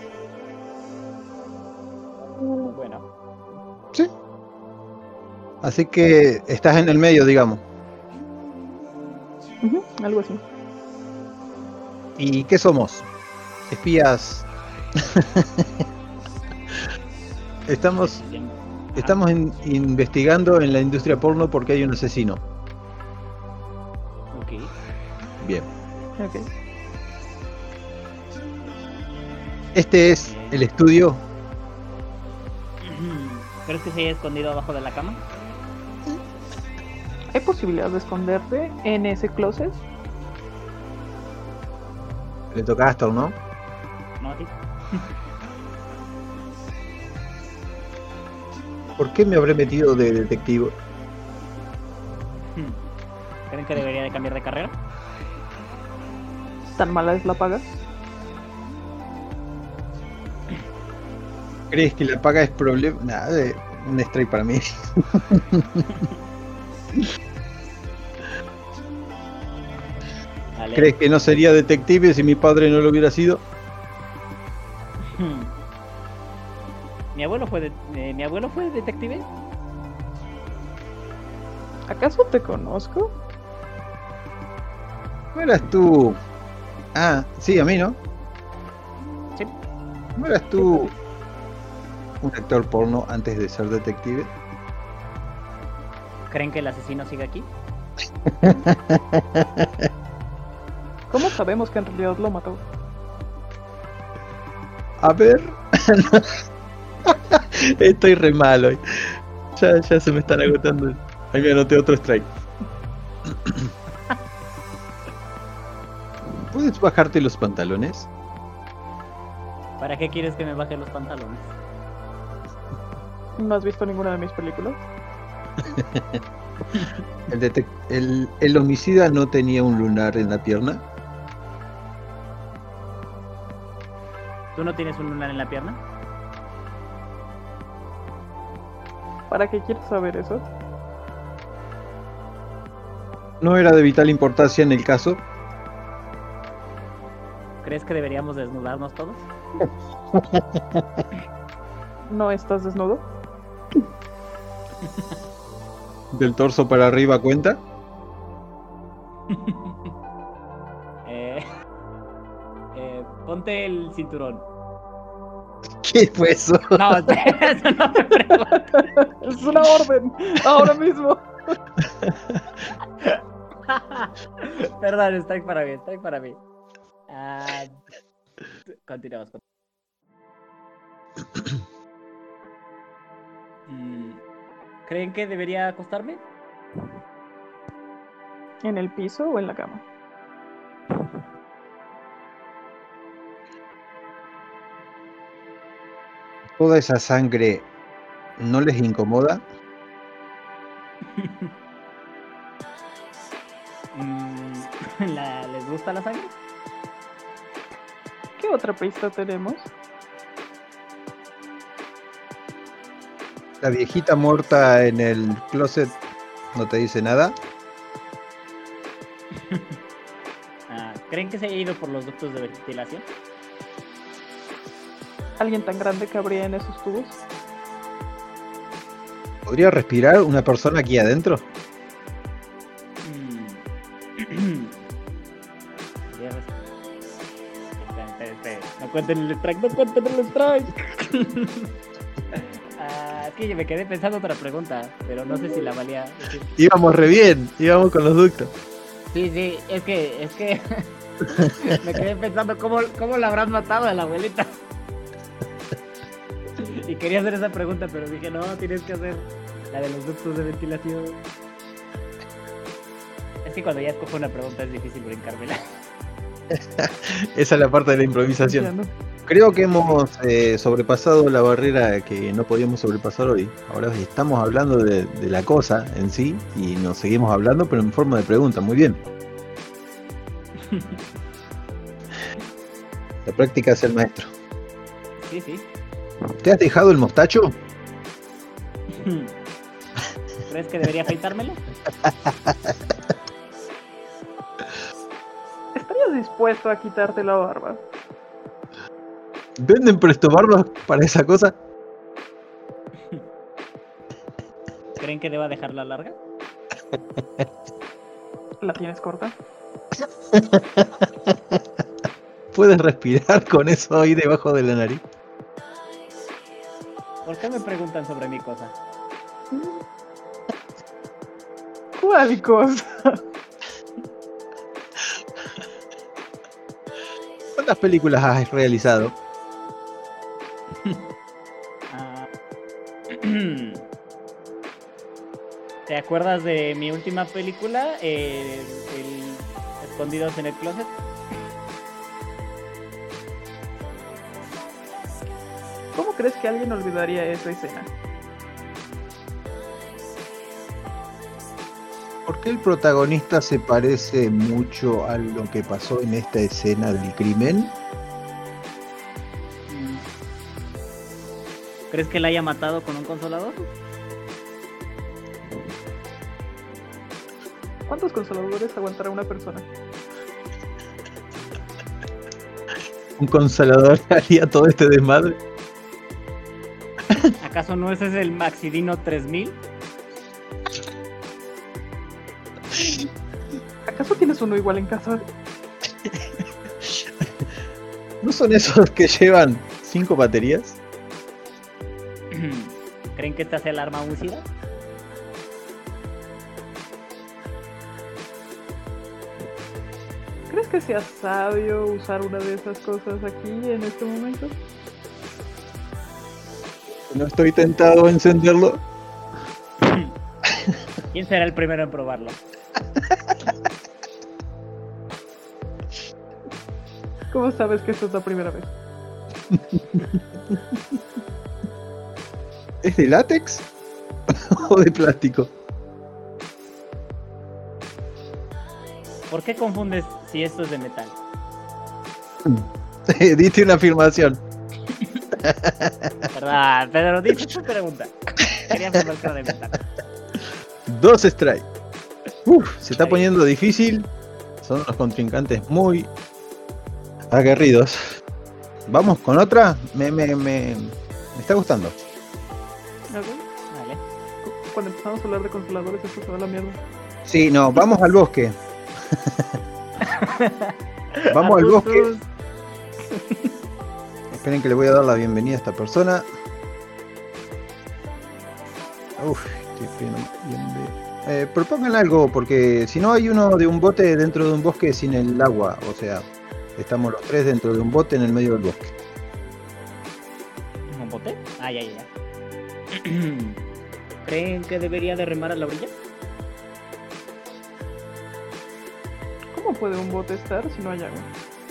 S2: Bueno,
S1: Sí. Así que estás en el medio, digamos.
S3: Ujú, algo así.
S1: ¿Y qué somos? Espías. Estamos investigando en la industria porno porque hay un asesino.
S2: Ok.
S1: Bien.
S3: Ok.
S1: Este es el estudio.
S2: ¿Crees que se haya escondido abajo de la cama?
S3: ¿Hay posibilidad de esconderte en ese closet?
S1: Le toca a Astor, ¿no?
S2: No, sí.
S1: ¿Por qué me habré metido de detective?
S2: ¿Creen que debería de cambiar de carrera?
S3: ¿Tan mala es la paga?
S1: ¿Crees que la paga es problema? Nada, un strike para mí.
S2: Dale.
S1: ¿Crees que no sería detective si mi padre no lo hubiera sido?
S2: Mi abuelo fue detective.
S3: ¿Acaso te conozco?
S1: ¿No eras tú? Ah, sí, a mí, ¿no?
S2: Sí.
S1: ¿No eras tú un actor porno antes de ser detective?
S2: ¿Creen que el asesino sigue aquí?
S3: ¿Cómo sabemos que en realidad lo mató?
S1: A ver. Estoy re mal hoy. Ya se me están agotando. Ahí me anoté otro strike. ¿Puedes bajarte los pantalones?
S2: ¿Para qué quieres que me baje los pantalones?
S3: ¿No has visto ninguna de mis películas?
S1: ¿El homicida no tenía un lunar en la pierna?
S2: ¿Tú no tienes un lunar en la pierna?
S3: ¿Para qué quieres saber eso?
S1: ¿No era de vital importancia en el caso?
S2: ¿Crees que deberíamos desnudarnos todos?
S3: ¿No estás desnudo?
S1: ¿Del torso para arriba cuenta?
S2: Ponte el cinturón.
S1: ¿Qué fue eso?
S2: No, eso no me pregunto.
S3: ¡Es una orden! ¡Ahora mismo!
S2: Perdón, strike para mí. Continuamos. ¿Creen que debería acostarme?
S3: ¿En el piso o en la cama?
S1: ¿Toda esa sangre no les incomoda?
S2: ¿Les gusta la sangre?
S3: ¿Qué otra pista tenemos?
S1: ¿La viejita muerta en el closet no te dice nada?
S2: ¿Creen que se haya ido por los ductos de ventilación?
S3: ¿Alguien tan grande cabría en esos tubos?
S1: ¿Podría respirar una persona aquí adentro?
S2: Espera. No cuenten el strike. Es que yo me quedé pensando otra pregunta, pero no sé si la valía decir.
S1: Íbamos re bien, íbamos con los ductos.
S2: Sí, es que me quedé pensando cómo la habrán matado a la abuelita. Y quería hacer esa pregunta, pero dije, no, tienes que hacer la de los ductos de ventilación. Es que cuando ya escojo una pregunta es difícil brincármela.
S1: Esa es la parte de la improvisación.
S3: Entiendo.
S1: Creo que hemos sobrepasado la barrera que no podíamos sobrepasar hoy. Ahora estamos hablando de la cosa en sí y nos seguimos hablando, pero en forma de pregunta. Muy bien. La práctica es el maestro.
S2: Sí.
S1: ¿Te has dejado el mostacho?
S2: ¿Crees que debería afeitármelo?
S3: ¿Estarías dispuesto a quitarte la barba?
S1: ¿Venden presto barbas para esa cosa?
S2: ¿Creen que deba dejarla larga?
S3: ¿La tienes corta?
S1: ¿Puedes respirar con eso ahí debajo de la nariz?
S2: ¿Por qué me preguntan sobre mi cosa?
S3: ¿Cuál cosa?
S1: ¿Cuántas películas has realizado?
S2: ¿Te acuerdas de mi última película? El Escondidos en el Closet.
S3: ¿Cómo crees que alguien olvidaría esa escena?
S1: ¿Por qué el protagonista se parece mucho a lo que pasó en esta escena del crimen?
S2: ¿Crees que la haya matado con un consolador?
S3: ¿Cuántos consoladores aguantará una persona?
S1: ¿Un consolador haría todo este desmadre?
S2: ¿Acaso no ese es el Maxidino 3000?
S3: ¿Acaso tienes uno igual en casa?
S1: ¿No son esos que llevan 5 baterías?
S2: ¿Creen que esta sea el arma homicida?
S3: ¿Crees que sea sabio usar una de esas cosas aquí en este momento?
S1: No estoy tentado a encenderlo.
S2: ¿Quién será el primero en probarlo?
S3: ¿Cómo sabes que esta es la primera vez?
S1: ¿Es de látex o de plástico?
S2: ¿Por qué confundes si esto es de metal?
S1: Diste una afirmación.
S2: ¿Verdad? Pero dice tu pregunta. Quería afirmar que era de metal.
S1: 2 strikes. Se está
S2: Ahí.
S1: poniendo difícil. Son unos contrincantes muy aguerridos. Vamos con otra. Me está gustando.
S3: Ok.
S2: Vale.
S3: Cuando empezamos a hablar de consoladores, esto se va a la mierda.
S1: Sí, no, vamos al bosque. Vamos al bosque. Esperen que le voy a dar la bienvenida a esta persona. Estoy pidiendo propongan algo, porque si no hay uno de un bote dentro de un bosque sin el agua. O sea, estamos los 3 dentro de un bote en el medio del bosque.
S2: ¿Un bote? Ah, ya. ¿Creen que debería de remar a la orilla?
S3: ¿Cómo puede un bote estar si no hay agua?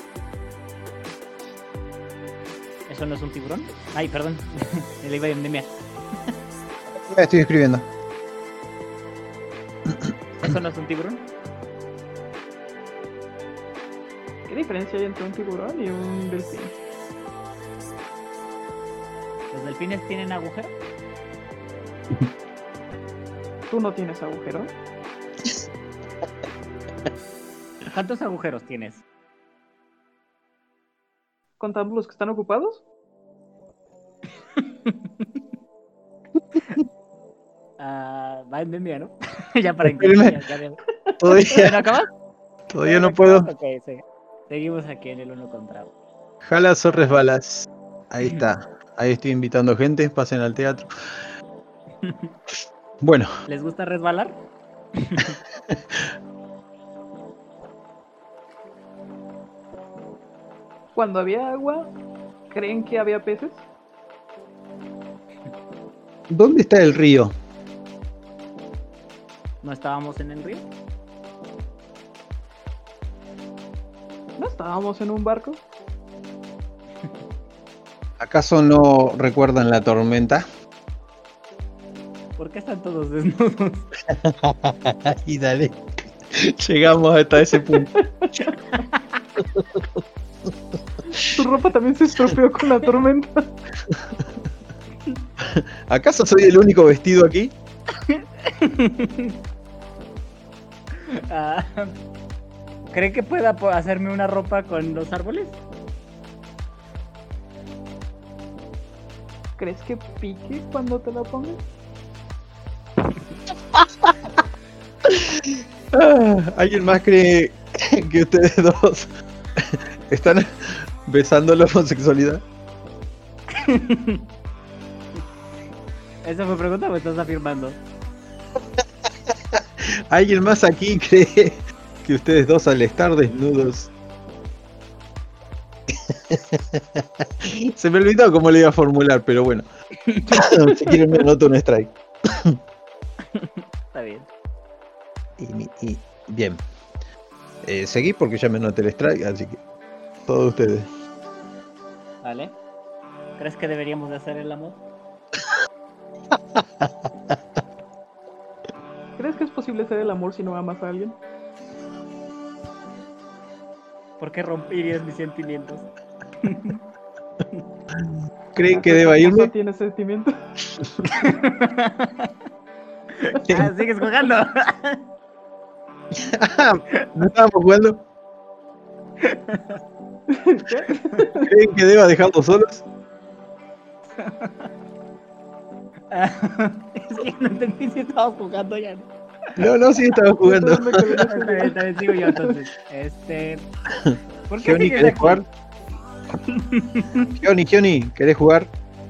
S2: ¿Eso no es un tiburón? Ay, perdón. Le iba a endemiar.
S1: Ya estoy escribiendo.
S2: ¿Eso no es un tiburón?
S3: ¿Qué diferencia hay entre un tiburón y un delfín?
S2: ¿Los delfines tienen agujero?
S3: ¿Tú no tienes agujero?
S2: ¿Cuántos agujeros tienes?
S3: ¿Contamos los que están ocupados?
S2: Va endemia, ¿no? Ya para
S1: Espérame.
S2: incluir.
S1: Todavía,
S2: ¿No acabas?
S1: todavía no puedo.
S2: Ok, sí. Seguimos aquí en el 1 contra 1.
S1: Jalas o resbalas. Ahí está. Ahí estoy invitando gente. Pasen al teatro. Bueno,
S2: ¿Les gusta resbalar?
S3: Cuando había agua, ¿creen que había peces?
S1: ¿dónde está el río?
S2: ¿No estábamos en el río?
S3: ¿No estábamos en un barco?
S1: ¿Acaso no recuerdan la tormenta?
S2: ¿Por qué están todos desnudos?
S1: Y dale. Llegamos hasta ese punto.
S3: Tu ropa también se estropeó con la tormenta.
S1: ¿Acaso soy el único vestido aquí?
S2: Ah, ¿cree que pueda hacerme una ropa con los árboles?
S3: ¿Crees que pique cuando te la pongas?
S1: ¿Alguien más cree que ustedes dos están besando la homosexualidad?
S2: ¿Esa fue pregunta o me estás afirmando?
S1: ¿Alguien más aquí cree que ustedes dos al estar desnudos? Se me olvidó cómo le iba a formular, pero bueno. Si quieren me anoto un strike.
S2: Está bien.
S1: Y bien. Seguí porque ya me anoté el strike, así que todos ustedes.
S2: ¿Vale? ¿Crees que deberíamos de hacer el amor?
S3: ¿Crees que es posible hacer el amor si no amas a alguien?
S2: ¿Por qué romperías mis sentimientos?
S1: ¿Creen que
S3: ¿Acaso
S1: deba
S3: tu esposa
S1: irme?
S3: ¿Tiene sentimiento?
S2: ¿Sigues jugando?
S1: ¿No estábamos jugando?
S3: ¿Qué?
S1: ¿Creen que deba dejarlos solos?
S2: Es que no entendí si estabas jugando ya.
S1: No, sí, estaba jugando.
S3: Yo también me quedé en ese lugar.
S2: Está bien, sigo yo entonces. ¿Por qué
S1: Gioni,
S2: sigues
S1: ¿querés
S2: aquí?
S1: jugar? Gioni, ¿querés jugar?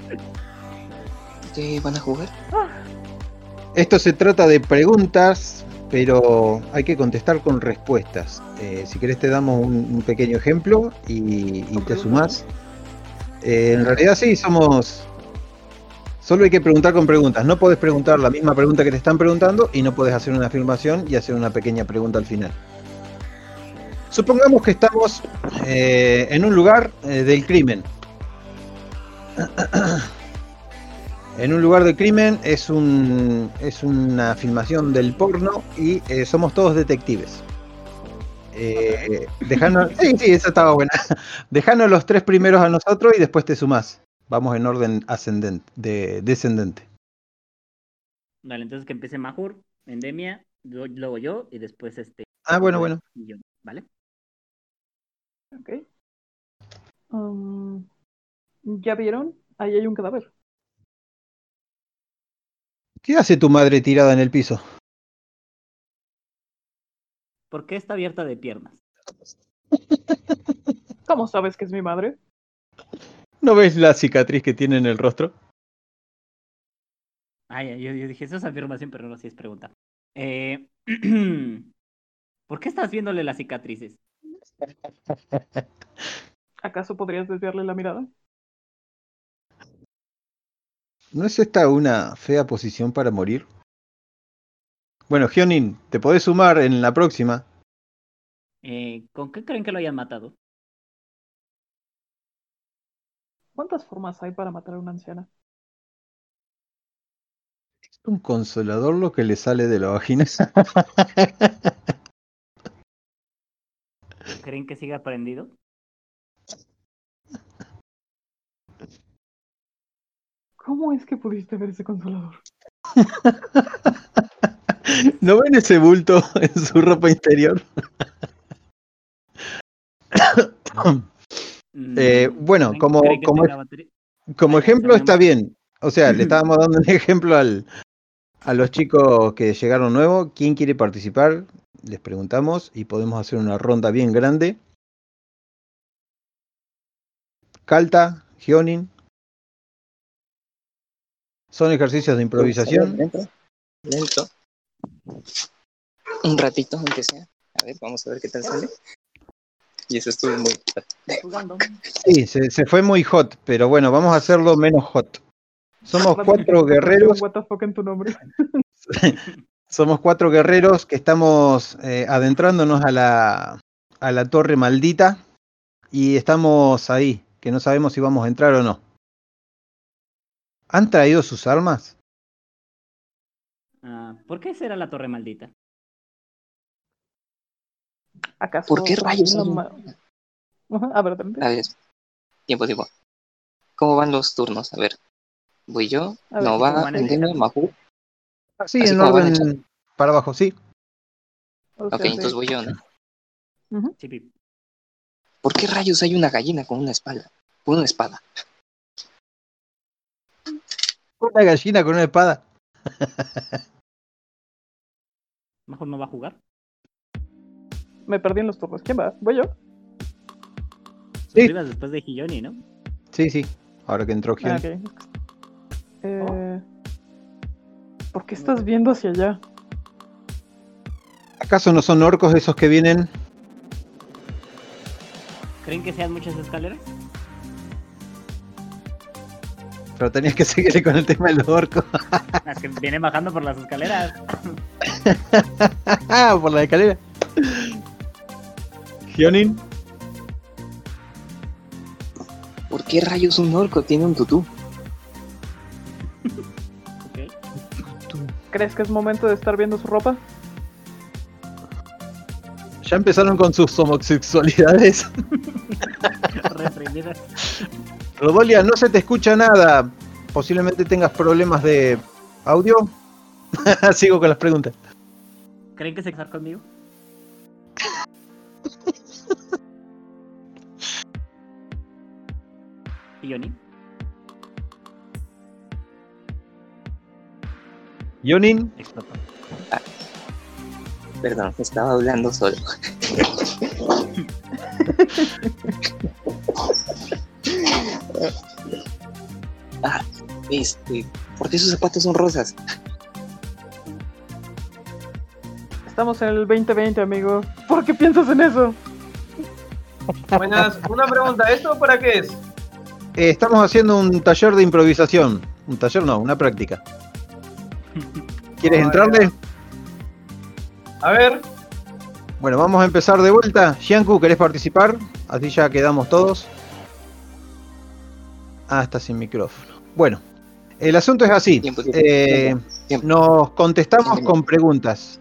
S4: ¿Qué van a jugar?
S1: Esto se trata de preguntas, pero hay que contestar con respuestas. Si querés te damos un pequeño ejemplo y
S3: Con
S1: te
S3: preguntas,
S1: sumás. En realidad sí, Solo hay que preguntar con preguntas. No podés preguntar la misma pregunta que te están preguntando y no podés hacer una afirmación y hacer una pequeña pregunta al final. Supongamos que estamos en un lugar del crimen. En un lugar de crimen es una filmación del porno y somos todos detectives. Sí, esa estaba buena. Dejanos los 3 primeros a nosotros y después te sumás. Vamos en orden descendente.
S2: Vale, entonces que empiece Mahur, Endemia, luego yo y después
S1: Bueno.
S2: y yo, ¿vale?
S3: Ok. ¿Ya vieron? Ahí hay un cadáver.
S1: ¿Qué hace tu madre tirada en el piso?
S2: ¿Por qué está abierta de piernas?
S3: ¿Cómo sabes que es mi madre?
S1: ¿No ves la cicatriz que tiene en el rostro?
S2: Ay, yo dije, eso es afirmación, pero no, sí es pregunta. ¿Por qué estás viéndole las cicatrices?
S3: ¿Acaso podrías desviarle la mirada?
S1: ¿No es esta una fea posición para morir? Bueno, Hyonin, te podés sumar en la próxima.
S2: ¿Con qué creen que lo hayan matado?
S3: ¿Cuántas formas hay para matar a una anciana?
S1: ¿Es un consolador lo que le sale de la vagina?
S2: ¿Creen que siga prendido?
S3: ¿Cómo es que pudiste ver ese consolador?
S1: ¿No ven ese bulto en su ropa interior? Bueno,
S2: ¿Creen, creen que tenga batería?
S1: como
S2: Ay,
S1: ejemplo está
S2: sabemos.
S1: bien. O sea, le estábamos dando un ejemplo a los chicos que llegaron nuevos. ¿Quién quiere participar? Les preguntamos y podemos hacer una ronda bien grande. Kalta, Hyonin. Son ejercicios de
S4: Pues, a ver,
S1: improvisación.
S4: lento. Un ratito, aunque sea. A ver, vamos a ver qué tal sale. Y eso estuvo muy...
S2: Jugando.
S1: Sí, se fue muy hot, pero bueno, vamos a hacerlo menos hot. Somos
S3: Rápido,
S1: 4
S3: dijiste
S1: guerreros.
S3: what the fuck en tu nombre.
S1: Somos 4 guerreros que estamos adentrándonos a la torre maldita y estamos ahí, que no sabemos si vamos a entrar o no. ¿Han traído sus armas?
S2: ¿Por qué será la torre maldita?
S3: ¿Acaso
S4: ¿Por qué rayos
S3: la
S4: hay un-
S3: ma- Ajá, a ver, adelante.
S4: A ver, tiempo. ¿Cómo van los turnos? A ver, voy yo,
S3: A ver,
S2: Así como
S4: Nova,
S2: van en el
S4: Endemia,
S2: chat.
S4: Mahu.
S1: Sí,
S4: Así
S1: en
S4: como van en chat.
S1: orden para abajo, sí.
S3: o
S4: Ok,
S3: sea,
S4: entonces voy yo, ¿no?
S3: Ujú.
S2: Sí, Pip.
S4: ¿Por qué rayos hay una gallina con una espada? Con una espada.
S1: Una gallina con una espada.
S2: Mejor no va a jugar.
S3: Me perdí en los turnos. ¿Quién va? ¿Voy yo?
S2: Tú
S1: Sí,
S2: ibas después de Hiyoni, ¿no?
S1: sí. Ahora que entró
S3: Ah,
S1: Hyonin.
S3: ok. ¿Por qué estás viendo hacia allá?
S1: ¿Acaso no son orcos esos que vienen?
S2: ¿Creen que sean muchas escaleras?
S1: Pero tenías que seguirle con el tema de los orcos.
S2: Las que vienen bajando por las escaleras.
S1: Por la escalera. Hyonin.
S4: ¿Por qué rayos un orco tiene un tutú?
S2: Ok.
S3: ¿Crees que es momento de estar viendo su ropa?
S1: Ya empezaron con sus homosexualidades.
S2: Reprimidas.
S1: Rodolia, no se te escucha nada. Posiblemente tengas problemas de audio. Sigo con las preguntas.
S2: ¿Creen que se casar conmigo? Hiyoni.
S1: Yonin,
S2: Explotó.
S4: Perdón, estaba hablando solo. ¿Por qué sus zapatos son rosas?
S3: Estamos en el 2020, amigo. ¿Por qué piensas en eso?
S5: Buenas, una pregunta, ¿esto para qué es?
S1: estamos haciendo un taller de improvisación. Un taller no, una práctica. ¿Quieres entrarle?
S5: A ver,
S1: Bueno, vamos a empezar de vuelta. Xianku, ¿querés participar? Así ya quedamos todos. Está sin micrófono. Bueno, el asunto es así.
S4: Tiempo.
S1: Nos contestamos con preguntas.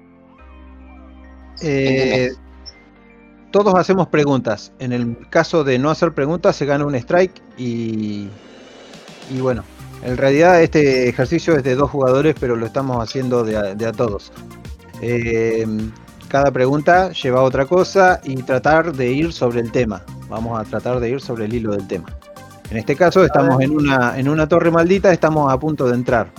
S1: Todos hacemos preguntas. En el caso de no hacer preguntas se gana un strike y bueno, en realidad este ejercicio es de 2 jugadores, pero lo estamos haciendo de a todos. Cada pregunta lleva a otra cosa y tratar de ir sobre el tema. Vamos a tratar de ir sobre el hilo del tema. En este caso estamos en una torre maldita, estamos a punto de entrar.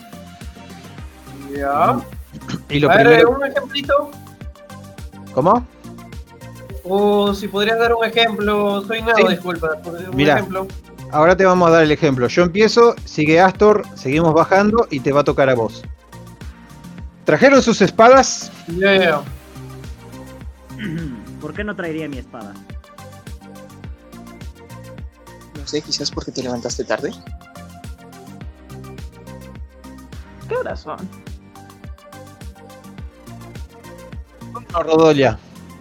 S5: ya.
S1: Y lo
S5: A ver,
S1: primero...
S5: un ejemplito.
S1: ¿Cómo?
S5: O si podrías dar un ejemplo. Soy nuevo,
S1: Sí.
S5: disculpa. Un
S1: Mirá.
S5: ejemplo.
S1: Ahora te vamos a dar el ejemplo. Yo empiezo, sigue Astor, seguimos bajando y te va a tocar a vos. ¿Trajeron sus espadas?
S5: Ya.
S2: ¿Por qué no traería mi espada?
S4: No sé, quizás porque te levantaste tarde.
S3: ¿Qué horas son?
S1: No, Rodolia.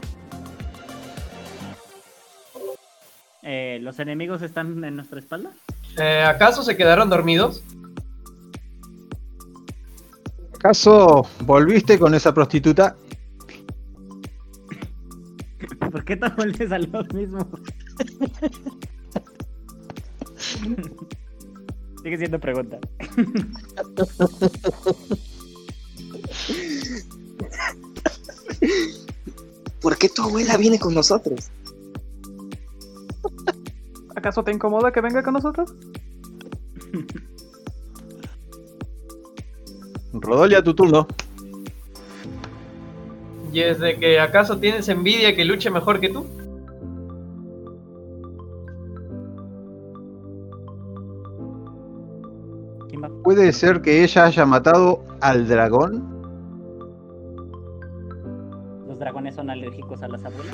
S2: ¿Los enemigos están en nuestra espalda?
S5: ¿Acaso se quedaron dormidos?
S1: ¿Acaso volviste con esa prostituta?
S2: ¿Por qué te vuelves a los mismos? Sigue siendo pregunta.
S4: ¿Por qué tu abuela viene con nosotros?
S3: ¿Acaso te incomoda que venga con nosotros?
S1: Rodolia, tu turno.
S5: ¿Y es de que acaso tienes envidia que luche mejor que tú?
S2: ¿Quién va?
S1: ¿Puede ser que ella haya matado al dragón?
S2: ¿Los dragones son alérgicos a las abuelas?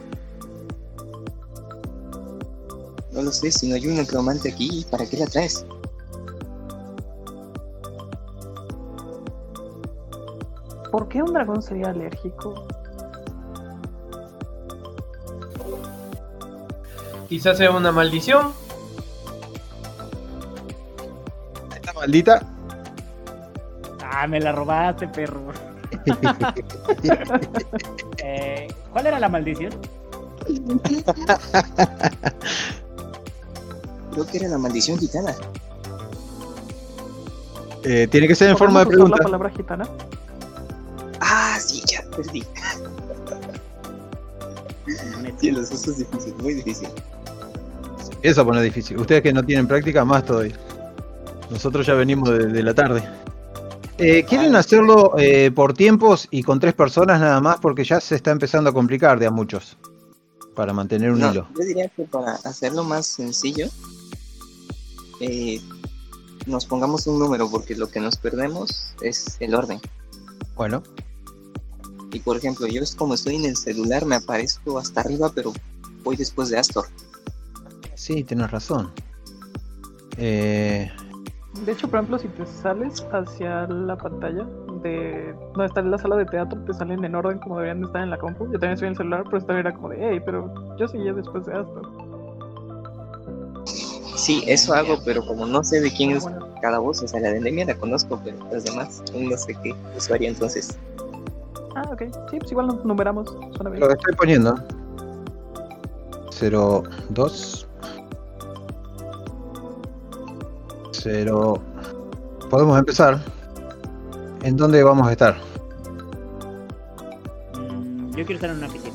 S4: No lo sé, si no hay un necromante aquí, ¿para qué la traes?
S3: ¿Por qué un dragón sería alérgico?
S5: Quizás sea una maldición.
S1: Esta maldita.
S2: Me la robaste, perro. ¿Cuál era la maldición?
S4: Creo que era la maldición gitana.
S1: Tiene que ser en forma de
S3: ¿Podemos usar
S1: pregunta.
S3: la palabra gitana?
S4: Sí, ya, perdí. Cielos, eso es difícil, muy difícil.
S1: Eso pone difícil. Ustedes que no tienen práctica, más todavía. Nosotros ya venimos de la tarde. ¿Quieren hacerlo por tiempos y con 3 personas nada más? Porque ya se está empezando a complicar de a muchos. Para mantener un hilo.
S4: Yo diría que para hacerlo más sencillo, nos pongamos un número, porque lo que nos perdemos es el orden.
S1: Bueno,
S4: Y por ejemplo, yo como estoy en el celular, me aparezco hasta arriba, pero voy después de Astor.
S1: sí, tienes razón.
S3: De hecho, por ejemplo, si te sales hacia la pantalla de donde está la sala de teatro, te salen en orden como deberían de estar en la compu. Yo también estoy en el celular, pero también era como de, hey, pero yo seguía después de esto.
S4: Sí, eso hago, pero como no sé de quién es
S3: Bueno,
S4: cada voz, o sea, la de Endemia la conozco, pero las demás no sé qué usuario, entonces.
S3: ok. Sí, pues igual nos numeramos. Suena bien.
S1: Lo estoy poniendo. 0, 2. 0. Podemos empezar. ¿En dónde vamos a estar?
S2: Yo quiero estar en una piscina.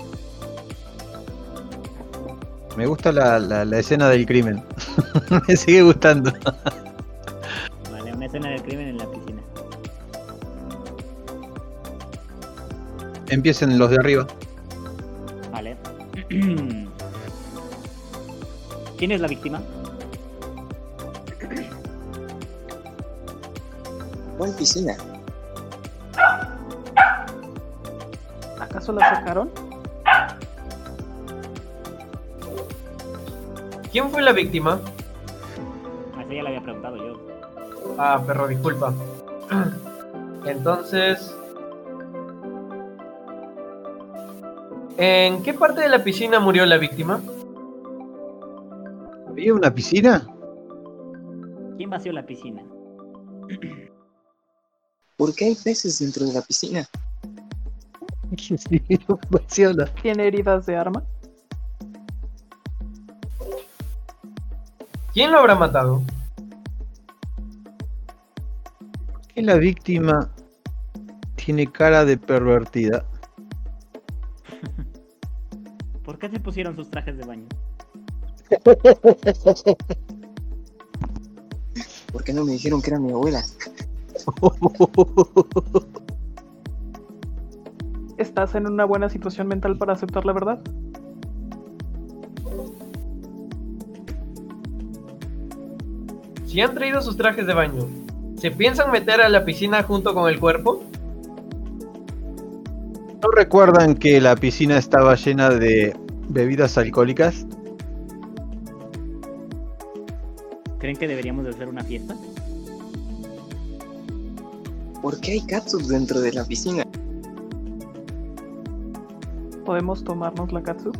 S1: Me gusta la escena del crimen. Me sigue gustando.
S2: Vale, una escena de del crimen en la piscina.
S1: Empiecen los de arriba.
S2: Vale. ¿Quién es la víctima?
S4: ¿Cuál piscina?
S3: ¿Acaso la sacaron?
S5: ¿Quién fue la víctima?
S2: Así ya la había preguntado yo.
S5: Ah, perro, disculpa. Entonces, ¿en qué parte de la piscina murió la víctima?
S1: ¿Había una piscina?
S2: ¿Quién vació la piscina?
S4: ¿Por qué hay peces dentro de la piscina?
S1: Sí, funciona.
S3: ¿Tiene heridas de arma?
S5: ¿Quién lo habrá matado?
S1: Que la víctima tiene cara de pervertida.
S2: ¿Por qué se pusieron sus trajes de baño?
S4: ¿Por qué no me dijeron que era mi abuela?
S3: ¿Estás en una buena situación mental para aceptar la verdad?
S5: Si han traído sus trajes de baño, ¿se piensan meter a la piscina junto con el cuerpo?
S1: ¿No recuerdan que la piscina estaba llena de bebidas alcohólicas?
S2: ¿Creen que deberíamos de hacer una fiesta?
S4: ¿Por qué hay catsup dentro de la piscina?
S3: ¿Podemos tomarnos la katsu?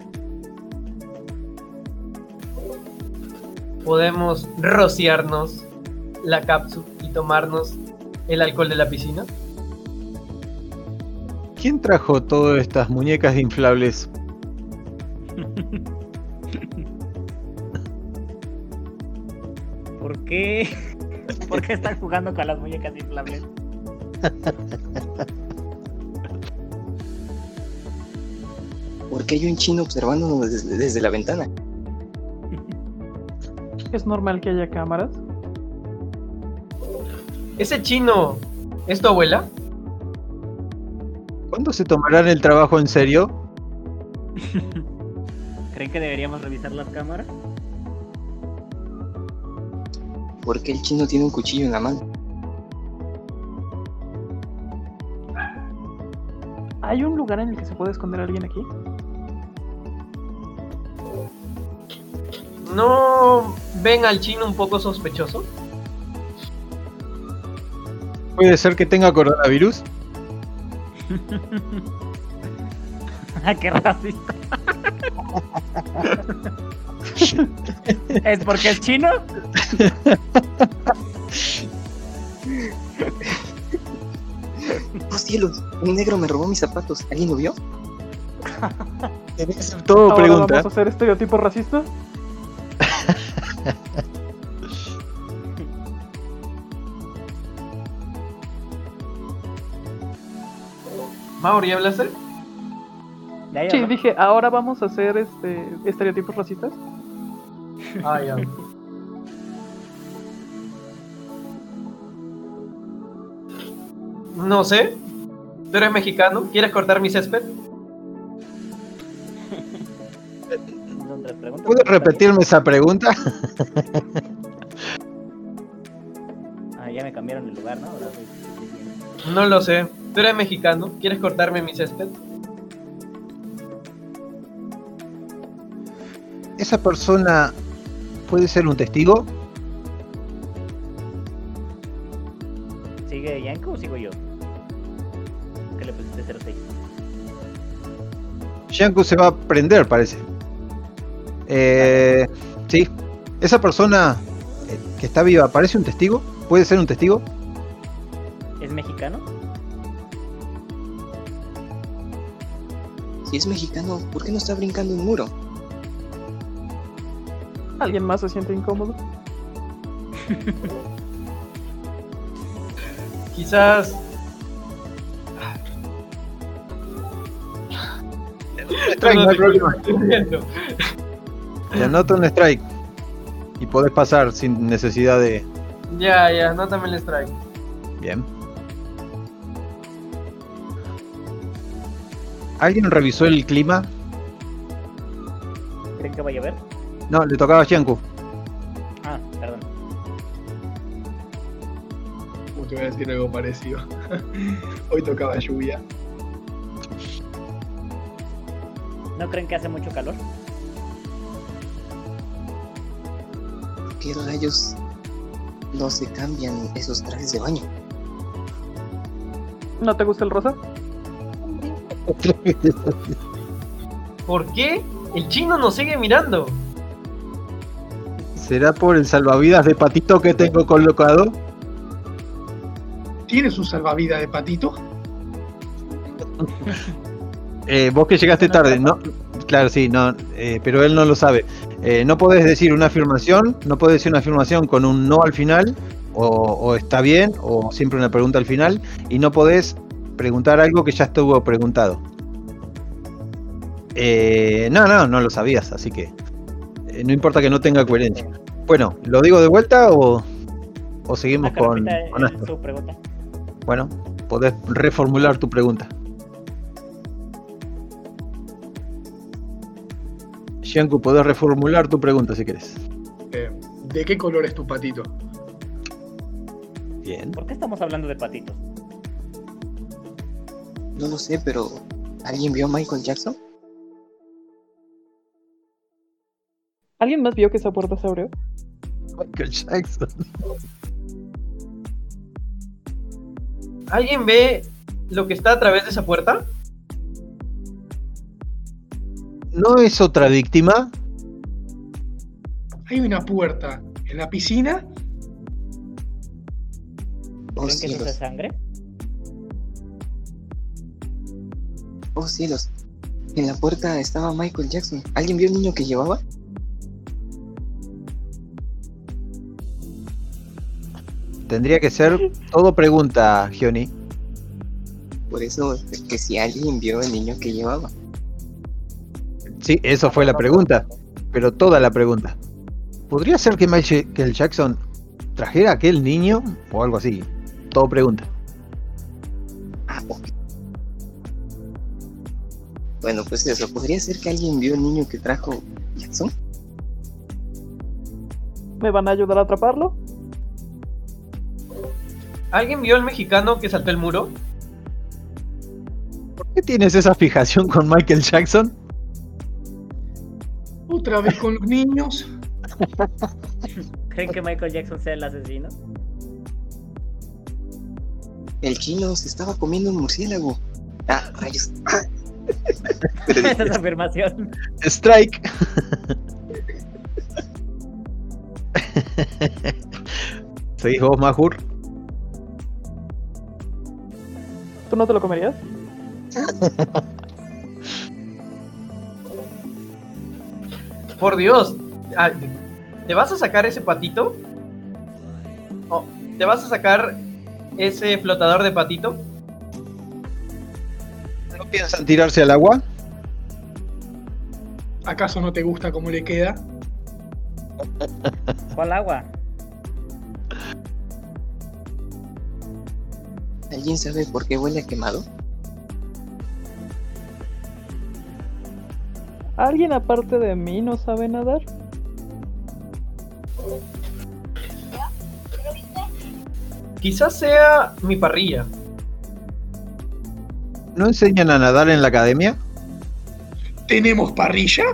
S5: ¿Podemos rociarnos la cápsula y tomarnos el alcohol de la piscina?
S1: ¿Quién trajo todas estas muñecas inflables?
S2: ¿Por qué? ¿Por qué están jugando con las muñecas inflables?
S4: ¿Por qué hay un chino observándonos desde la ventana?
S3: ¿Es normal que haya cámaras?
S5: ¿Ese chino es tu abuela?
S1: ¿Cuándo se tomarán el trabajo en serio?
S2: ¿Creen que deberíamos revisar las cámaras?
S4: ¿Por qué el chino tiene un cuchillo en la mano?
S3: ¿Hay un lugar en el que se puede esconder a alguien aquí?
S5: ¿No ven al chino un poco sospechoso?
S1: ¿Puede ser que tenga coronavirus?
S2: ¡Qué racista! ¿Es porque es chino?
S4: ¡Oh cielos! Un negro me robó mis zapatos. ¿Alguien lo vio?
S1: Todo
S3: ¿Ahora
S1: pregunta.
S3: vamos a hacer estereotipos racistas?
S5: Mauri, ¿hablaste?
S2: ¿De ahí,
S3: Sí,
S2: no?
S3: dije, ahora vamos a hacer estereotipos racistas.
S5: Ah, ya. No sé. ¿Tú eres mexicano? ¿Quieres cortar mi césped?
S2: Son tres preguntas.
S1: ¿Puedes repetirme esa pregunta?
S2: Ah, ya me cambiaron el lugar, ¿no? Ahora soy...
S5: No lo sé. ¿Tú eres mexicano? ¿Quieres cortarme mi césped?
S1: ¿Esa persona puede ser un testigo?
S2: ¿Sigue Yanko o sigo yo? ¿Qué le pusiste 06?
S1: Yanko se va a prender, parece. Sí. ¿Esa persona que está viva parece un testigo? ¿Puede ser un testigo?
S2: ¿Es mexicano?
S4: Si es mexicano, ¿por qué no está brincando un muro?
S3: ¿Alguien más se siente incómodo?
S5: Quizás...
S1: Strike, no hay problema.
S5: Entiendo.
S1: Te anoto un strike. Y podés pasar sin necesidad de
S5: Ya, anótame el strike.
S1: Bien. ¿Alguien revisó el clima?
S2: ¿Creen que va a llover?
S1: No, le tocaba a Xianku.
S2: Ah, perdón.
S6: Te voy a decir algo parecido. Hoy tocaba lluvia.
S2: ¿No creen que hace mucho calor?
S4: ¿Qué rayos no se cambian esos trajes de baño?
S3: ¿No te gusta el rosa?
S5: ¿Por qué? El chino nos sigue mirando.
S1: ¿Será por el salvavidas de patito que tengo colocado?
S6: ¿Tiene su salvavidas de patito?
S1: Vos que llegaste tarde, ¿no? Claro, sí, no, pero él no lo sabe. No podés decir una afirmación, no podés decir una afirmación con un no al final, o está bien, o siempre una pregunta al final, y no podés preguntar algo que ya estuvo preguntado. No lo sabías, así que no importa que no tenga coherencia. Bueno, ¿lo digo de vuelta o seguimos con Astor?
S2: Su pregunta.
S1: Bueno, podés reformular tu pregunta. Xianku, podés reformular tu pregunta si querés.
S6: ¿De qué color es tu patito?
S1: Bien.
S2: ¿Por qué estamos hablando de patitos?
S4: No lo sé, pero ¿alguien vio a Michael Jackson?
S3: ¿Alguien más vio que esa puerta se abrió?
S1: Michael Jackson.
S5: ¿Alguien ve lo que está a través de esa puerta?
S1: ¿No es otra víctima?
S6: Hay una puerta en la piscina.
S4: Oh
S2: ¿Creen que eso es
S4: cielos,
S2: sangre?
S4: oh cielos. En la puerta estaba Michael Jackson. ¿Alguien vio el niño que llevaba?
S1: Tendría que ser todo pregunta, Gioni.
S4: Por eso, que si alguien vio el niño que llevaba.
S1: Sí, eso fue la pregunta, pero toda la pregunta. ¿Podría ser que Michael Jackson trajera a aquel niño o algo así? Todo pregunta.
S4: Ah, ok. Bueno, pues eso. ¿Podría ser que alguien vio el niño que trajo Jackson?
S3: ¿Me van a ayudar a atraparlo?
S5: ¿Alguien vio al mexicano que saltó el muro?
S1: ¿Por qué tienes esa fijación con Michael Jackson?
S6: Otra vez con los niños.
S2: ¿Creen que Michael Jackson sea el asesino?
S4: El chino se estaba comiendo un murciélago. Ah, rayos.
S2: Esa es la afirmación.
S1: Strike. ¿Seguís vos, Mahur?
S3: ¿Tú no te lo comerías?
S5: Por Dios. ¿Te vas a sacar ese patito? ¿O te vas a sacar ese flotador de patito?
S1: ¿No piensan tirarse al agua?
S6: ¿Acaso no te gusta cómo le queda?
S2: ¿Cuál agua?
S4: ¿Alguien sabe por qué huele a quemado?
S3: ¿Alguien aparte de mí no sabe nadar?
S5: Quizás sea mi parrilla.
S1: ¿No enseñan a nadar en la academia?
S6: ¿Tenemos parrilla?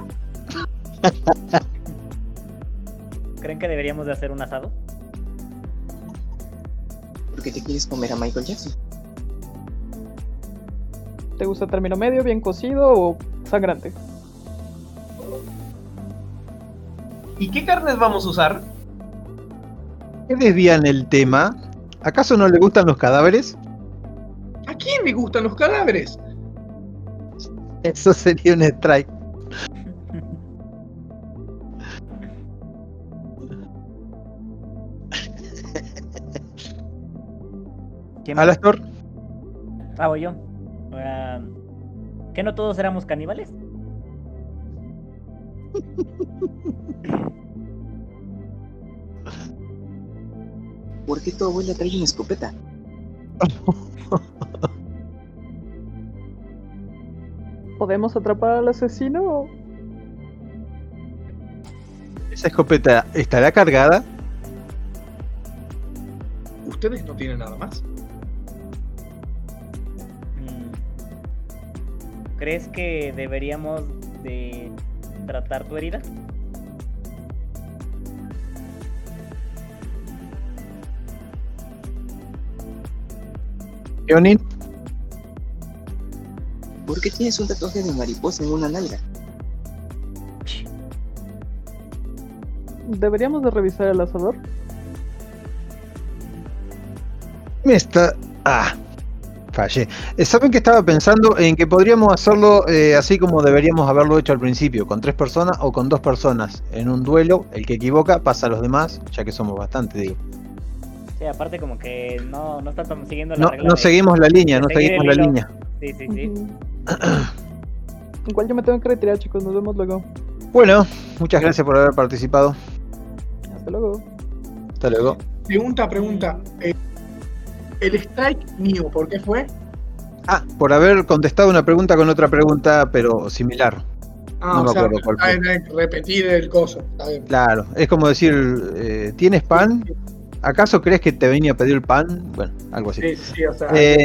S2: ¿Creen que deberíamos de hacer un asado?
S4: ¿Por qué te quieres comer a Michael Jackson?
S3: ¿Te gusta término medio, bien cocido o sangrante?
S5: ¿Y qué carnes vamos a usar?
S1: ¿Qué desvían el tema? ¿Acaso no le gustan los cadáveres?
S6: ¿A quién le gustan los cadáveres?
S1: Eso sería un strike.
S2: ¿Quién más?
S1: Alastor,
S2: Voy yo. ¿Que no todos éramos caníbales?
S4: ¿Por qué tu abuela trae una escopeta?
S3: ¿Podemos atrapar al asesino?
S1: ¿Esa escopeta estará cargada?
S6: ¿Ustedes no tienen nada más?
S2: ¿Crees que deberíamos de tratar tu herida?
S1: Jonin,
S4: ¿Por qué tienes un tatuaje de mariposa en una nalga?
S3: ¿Deberíamos de revisar el asador?
S1: me está... Fallé. ¿Saben que estaba pensando en que podríamos hacerlo así como deberíamos haberlo hecho al principio, con 3 personas o con 2 personas? En un duelo, el que equivoca pasa a los demás, ya que somos bastante, digo.
S2: Sí, aparte como que no está siguiendo la
S1: No,
S2: regla
S1: no
S2: de-
S1: seguimos la línea,
S2: de
S1: no
S2: seguir
S1: seguimos
S2: el
S1: la
S2: hilo.
S1: línea.
S2: Sí.
S3: Ujú. Igual yo me tengo que retirar, chicos. Nos vemos luego.
S1: Bueno, muchas gracias por haber participado.
S3: Hasta luego.
S1: Hasta luego.
S6: Pregunta. El strike mío, ¿por qué fue?
S1: Por haber contestado una pregunta con otra pregunta, pero similar. No me acuerdo cuál fue.
S6: Repetir el coso. Está bien.
S1: Claro, es como decir, ¿tienes pan? ¿Acaso crees que te venía a pedir pan? Bueno, algo así.
S6: Sí, o sea.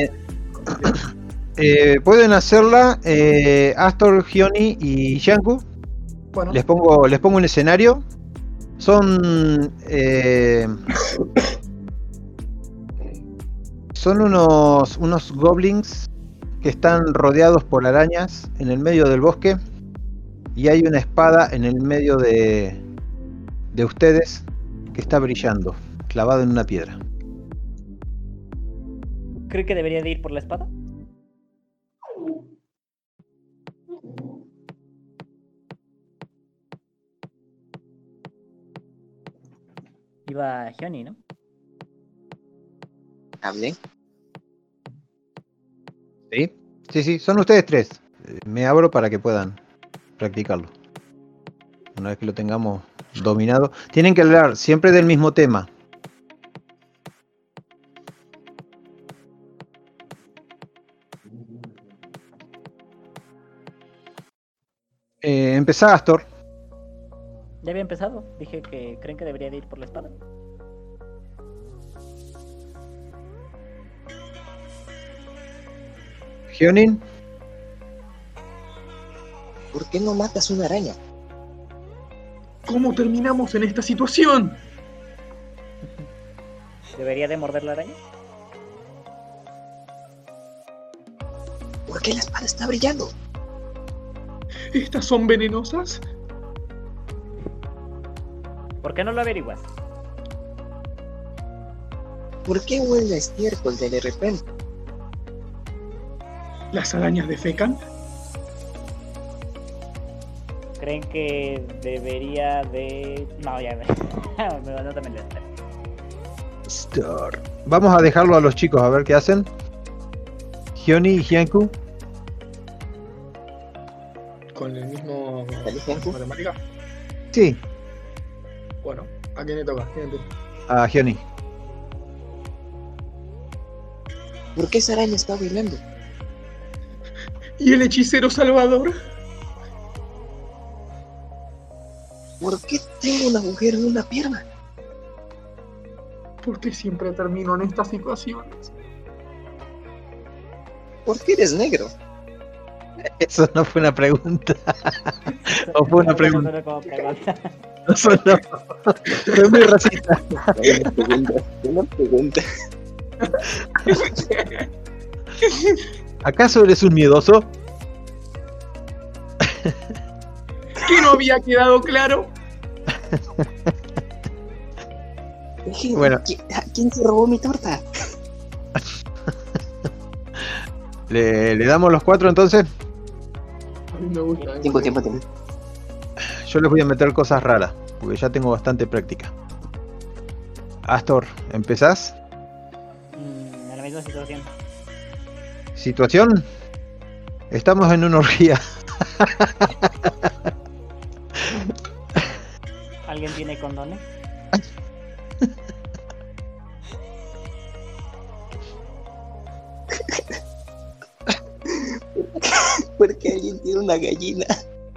S1: Pueden hacerla Astor, Gioni y Yanku.
S6: Bueno,
S1: Les pongo un escenario. Son unos goblins que están rodeados por arañas en el medio del bosque y hay una espada en el medio de ustedes que está brillando, clavado en una piedra.
S2: ¿Creo que debería de ir por la espada? Iba Hyoni, ¿no?
S4: ¿Hablé?
S1: Sí, son ustedes 3. Me abro para que puedan practicarlo. Una vez que lo tengamos dominado. Tienen que hablar siempre del mismo tema. Empezá, Astor.
S2: Ya había empezado. Dije que creen que debería de ir por la espada.
S1: Gionin.
S4: ¿Por qué no matas una araña?
S6: ¿cómo terminamos en esta situación?
S2: ¿Debería de morder la araña?
S4: ¿Por qué la espada está brillando?
S6: ¿Estas son venenosas?
S2: ¿Por qué no lo averiguas?
S4: ¿Por qué huele a estiércol de repente?
S6: ¿Las arañas defecan?
S2: ¿Creen que debería de...? No, ya me... no también le
S1: Astor. Vamos a dejarlo a los chicos a ver qué hacen. Gioni y Hyanku.
S6: ¿Con el mismo
S4: ¿Inteligente?
S6: matemática?
S1: Sí,
S6: Bueno, ¿a quién le toca? ¿Quién empieza?
S1: a Gioni.
S4: ¿Por qué esa araña está bailando?
S6: ¿Y el hechicero Salvador?
S4: ¿Por qué tengo un agujero en una pierna?
S6: ¿Por qué siempre termino en estas situaciones?
S4: ¿Por qué eres negro?
S1: Eso no fue una pregunta. O fue una pregunta.
S2: No, como pregunta.
S1: Eso no. Fue muy racista.
S4: Una pregunta.
S1: ¿Acaso eres un miedoso?
S6: ¿Qué no había quedado claro?
S1: Bueno.
S4: ¿Quién se robó mi torta?
S1: ¿Le damos los 4 entonces?
S6: A mí me gusta.
S4: Tiempo.
S1: Yo les voy a meter cosas raras, porque ya tengo bastante práctica. Astor, ¿empezás?
S2: En la misma situación.
S1: ¿Situación? Estamos en una orgía.
S2: ¿Alguien tiene condones?
S4: Porque alguien tiene una gallina.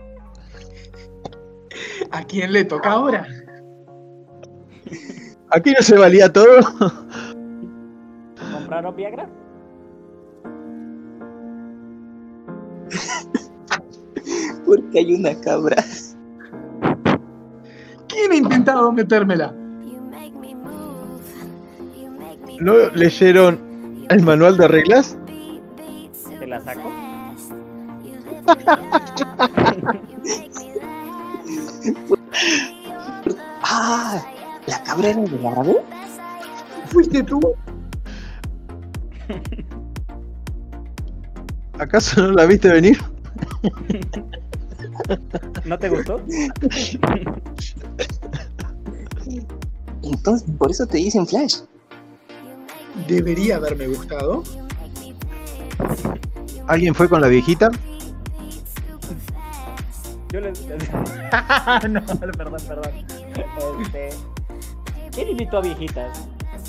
S6: ¿A quién le toca ahora?
S1: ¿Aquí no se valía todo?
S2: ¿Compraron Viagra?
S4: Porque hay una cabra.
S6: ¿Quién ha intentado metérmela?
S1: ¿No leyeron el manual de reglas?
S2: ¿Te la saco?
S4: Ah, ¿la cabra era del árabe?
S6: ¿Fuiste tú?
S1: ¿Acaso no la viste venir?
S2: ¿No te gustó?
S4: Entonces, por eso te dicen Flash.
S6: Debería haberme gustado.
S1: ¿Alguien fue con la viejita?
S2: Yo les... no, perdón. ¿Quién invitó a viejitas?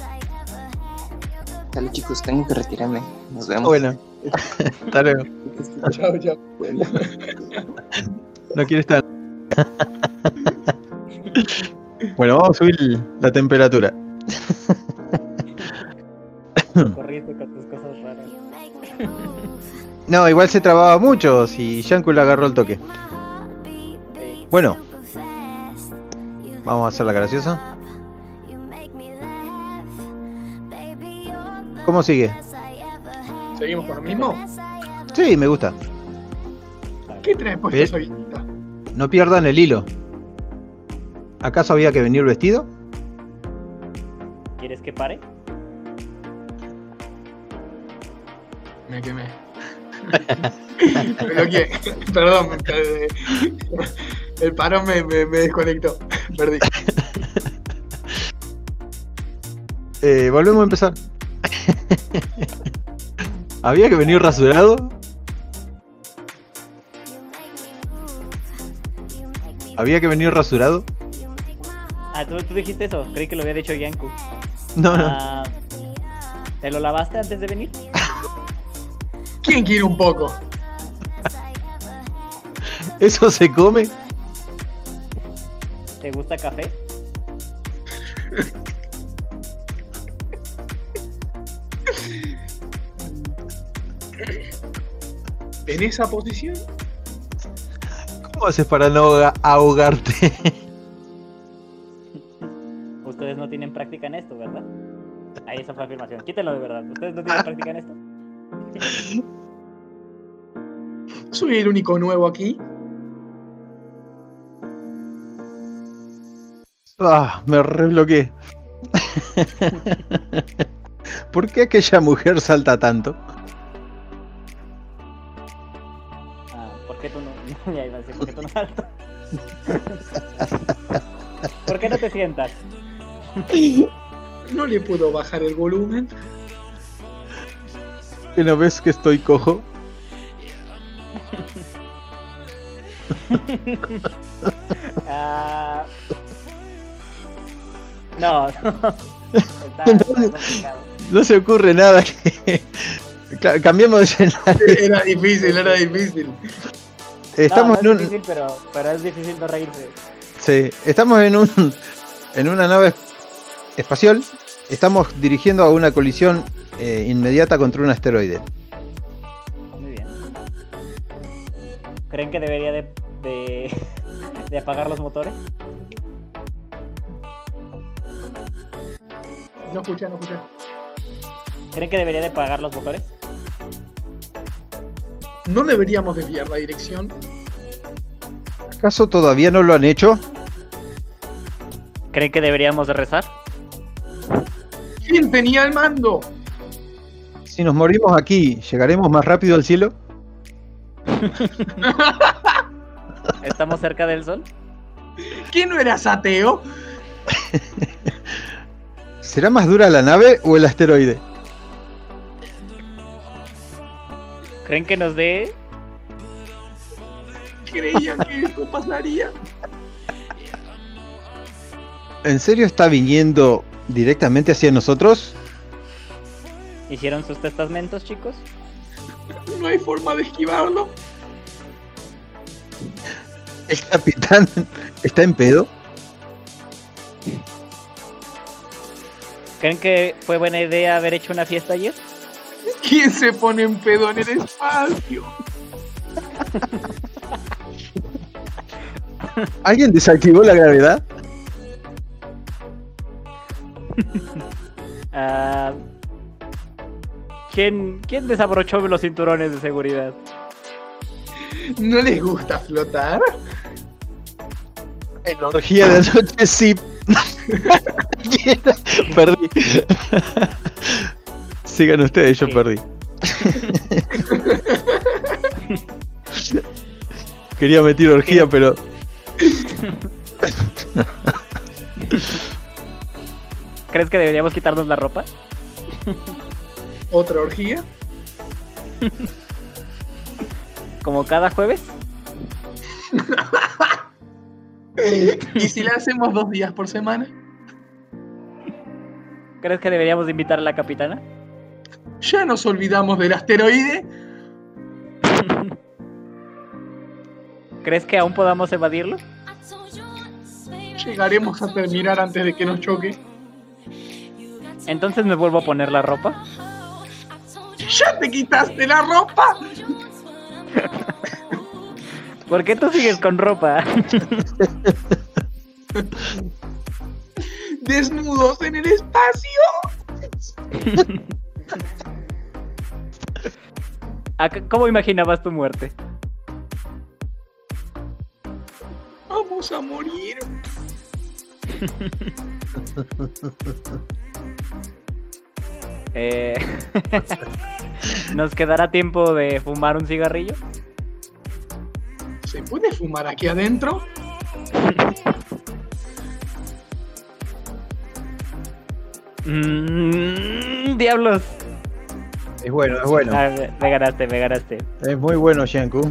S4: Dale, chicos, tengo que retirarme. Nos vemos.
S1: Bueno, hasta luego.
S6: Chao.
S4: Bueno.
S1: No quiere estar. Bueno, vamos a subir la temperatura.
S2: Corriste con tus cosas raras.
S1: No, igual se trababa mucho si Yanku le agarró el toque. Bueno, vamos a hacer la graciosa. ¿Cómo sigue?
S6: ¿Seguimos con lo mismo?
S1: Sí, me gusta.
S6: ¿Qué traes puesto
S1: Bien.
S6: solita?
S1: No pierdan el hilo. ¿Acaso había que venir vestido?
S2: ¿Quieres que pare?
S6: Me quemé. Me bloqueé. Perdón, el parón me desconectó. Perdí.
S1: Volvemos a empezar. ¿Había que venir rasurado? ¿Había que venir rasurado?
S2: Ah, ¿tú dijiste eso. Creí que lo había dicho Yanku.
S1: No.
S2: ¿Te lo lavaste antes de venir?
S6: ¿Quién quiere un poco?
S1: ¿Eso se come?
S2: ¿Te gusta café?
S6: ¿En esa posición?
S1: ¿Cómo haces para no ahogarte?
S2: Ustedes no tienen práctica en esto, ¿verdad? Ahí esa fue afirmación. Quítelo de verdad. ¿Ustedes no tienen práctica en esto?
S6: ¿Soy el único nuevo aquí?
S1: Me rebloqueé. ¿Por qué aquella mujer salta tanto?
S2: ¿Por qué tú no? Ya iba a decir, ¿por qué tú no saltas? ¿Por qué no te sientas?
S6: ¿No le puedo bajar el volumen?
S1: ¿Que no ves que estoy cojo?
S2: No. Está complicado.
S1: No se ocurre nada que... Cambiemos de escenario.
S6: Era difícil.
S1: Estamos
S2: no
S1: en
S2: es
S1: un...
S2: difícil, pero es difícil no reírse.
S1: Sí, estamos en una nave espacial. Estamos dirigiendo a una colisión inmediata contra un asteroide.
S2: Muy bien. ¿Creen que debería de apagar los motores?
S6: No escuché.
S2: ¿Creen que debería de apagar los motores?
S6: ¿No deberíamos desviar la dirección?
S1: ¿Acaso todavía no lo han hecho?
S2: ¿Creen que deberíamos de rezar?
S6: ¿Quién tenía el mando?
S1: Si nos morimos aquí, ¿llegaremos más rápido al cielo?
S2: ¿Estamos cerca del sol?
S6: ¿Quién no eras ateo?
S1: ¿Será más dura la nave o el asteroide?
S2: ¿Creen que nos dé?
S6: Creía que eso pasaría.
S1: ¿En serio está viniendo directamente hacia nosotros?
S2: ¿Hicieron sus testamentos, chicos?
S6: No hay forma de esquivarlo.
S1: El capitán está en pedo.
S2: ¿Creen que fue buena idea haber hecho una fiesta ayer?
S6: ¿Quién se pone en pedo en el espacio?
S1: ¿Alguien desactivó la gravedad?
S2: Ah, ¿Quién desabrochó los cinturones de seguridad?
S6: ¿No les gusta flotar?
S1: En la orgía de anoche sí. Perdí. Sigan ustedes, yo
S2: Sí.
S1: perdí. Quería meter orgía, pero
S2: ¿Crees que deberíamos quitarnos la ropa?
S6: ¿Otra orgía?
S2: ¿Como cada jueves?
S6: ¿Y si la hacemos 2 días por semana?
S2: ¿Crees que deberíamos invitar a la capitana?
S6: ¿Ya nos olvidamos del asteroide?
S2: ¿Crees que aún podamos evadirlo?
S6: ¿Llegaremos a terminar antes de que nos choque?
S2: Entonces me vuelvo a poner la ropa.
S6: ¿Ya te quitaste la ropa?
S2: ¿Por qué tú sigues con ropa?
S6: ¿Desnudos en el espacio?
S2: ¿Cómo imaginabas tu muerte?
S6: Vamos a morir.
S2: ¿Nos quedará tiempo de fumar un cigarrillo?
S6: ¿Se puede fumar aquí adentro?
S2: Diablos.
S1: es bueno, es bueno.
S2: Ah, me ganaste.
S1: Es muy bueno, Shenku.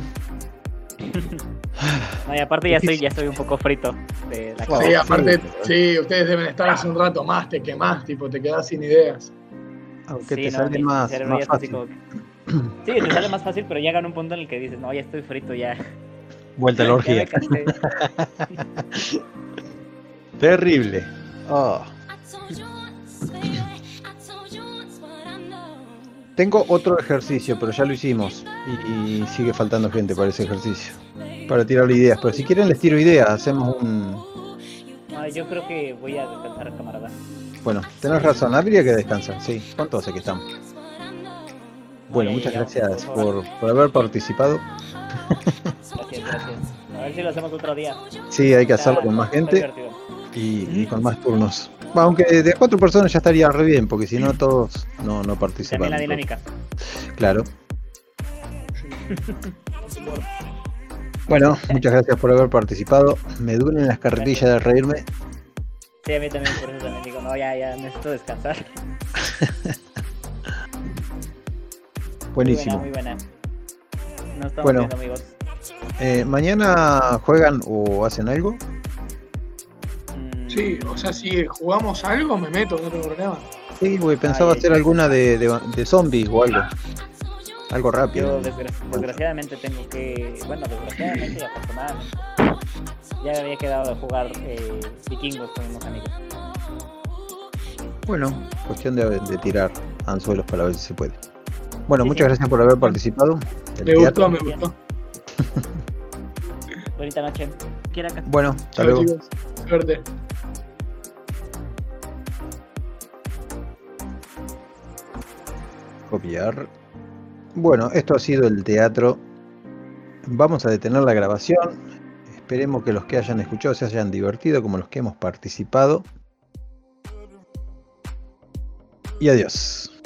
S2: No, y aparte ya estoy un poco frito de la
S1: Wow.
S6: Sí, aparte,
S1: sí.
S6: sí, ustedes deben estar hace un rato más, te quemás, tipo, te quedás sin ideas.
S1: Aunque
S2: Sí,
S1: te
S2: no,
S1: sale
S2: mi
S1: más
S2: cerebro ya está así
S1: fácil.
S2: como que- Sí, te sale más fácil, pero llega en un punto en el que dices, no, ya estoy frito, ya.
S1: Vuelta a la
S2: Ya
S1: orgía.
S2: me cansé.
S1: Terrible. Oh. Tengo otro ejercicio, pero ya lo hicimos. Y sigue faltando gente para ese ejercicio. Para tirarle ideas. Pero si quieren les tiro ideas. Hacemos un...
S2: No, yo creo que voy a descansar, camarada.
S1: Bueno, tenés razón. Habría que descansar, sí. ¿Cuánto hace que estamos? Bueno,
S2: ya
S1: muchas
S2: llegamos,
S1: gracias
S2: por favor.
S1: por haber participado.
S2: Gracias. A ver si lo hacemos otro día.
S1: Sí, hay que hacerlo
S2: Está-
S1: con más
S2: está
S1: gente
S2: divertido.
S1: y con más turnos. Aunque de 4 personas ya estaría re bien, porque si no todos no participan.
S2: También la dinámica.
S1: Claro. Bueno, muchas gracias por haber participado. Me duelen las carretillas de reírme.
S2: Sí, a mí también, por eso también digo, no, ya necesito descansar.
S1: Buenísimo.
S2: Muy buena. Nos estamos
S1: Bueno.
S2: viendo, amigos.
S1: ¿Mañana juegan o hacen algo?
S6: Sí, o sea, si jugamos algo, me meto, no tengo problema.
S1: Sí, porque pensaba
S2: Ay,
S1: hacer alguna de zombies o algo. Algo rápido.
S2: Yo desgraciadamente tengo que, bueno, desgraciadamente y afortunadamente, ya me había quedado de jugar vikingos con unos amigos.
S1: Bueno, cuestión de tirar anzuelos para ver si se puede. Bueno,
S2: Sí,
S1: muchas
S2: sí.
S1: gracias por haber participado. El
S6: Me
S1: teatro.
S6: gustó, me gustó.
S2: Bonita noche. Quiera acá.
S1: Bueno, hasta
S6: Chao,
S1: luego.
S6: chicos. Suerte.
S1: Copiar. Bueno, esto ha sido el teatro. Vamos a detener la grabación. Esperemos que los que hayan escuchado se hayan divertido como los que hemos participado. Y adiós.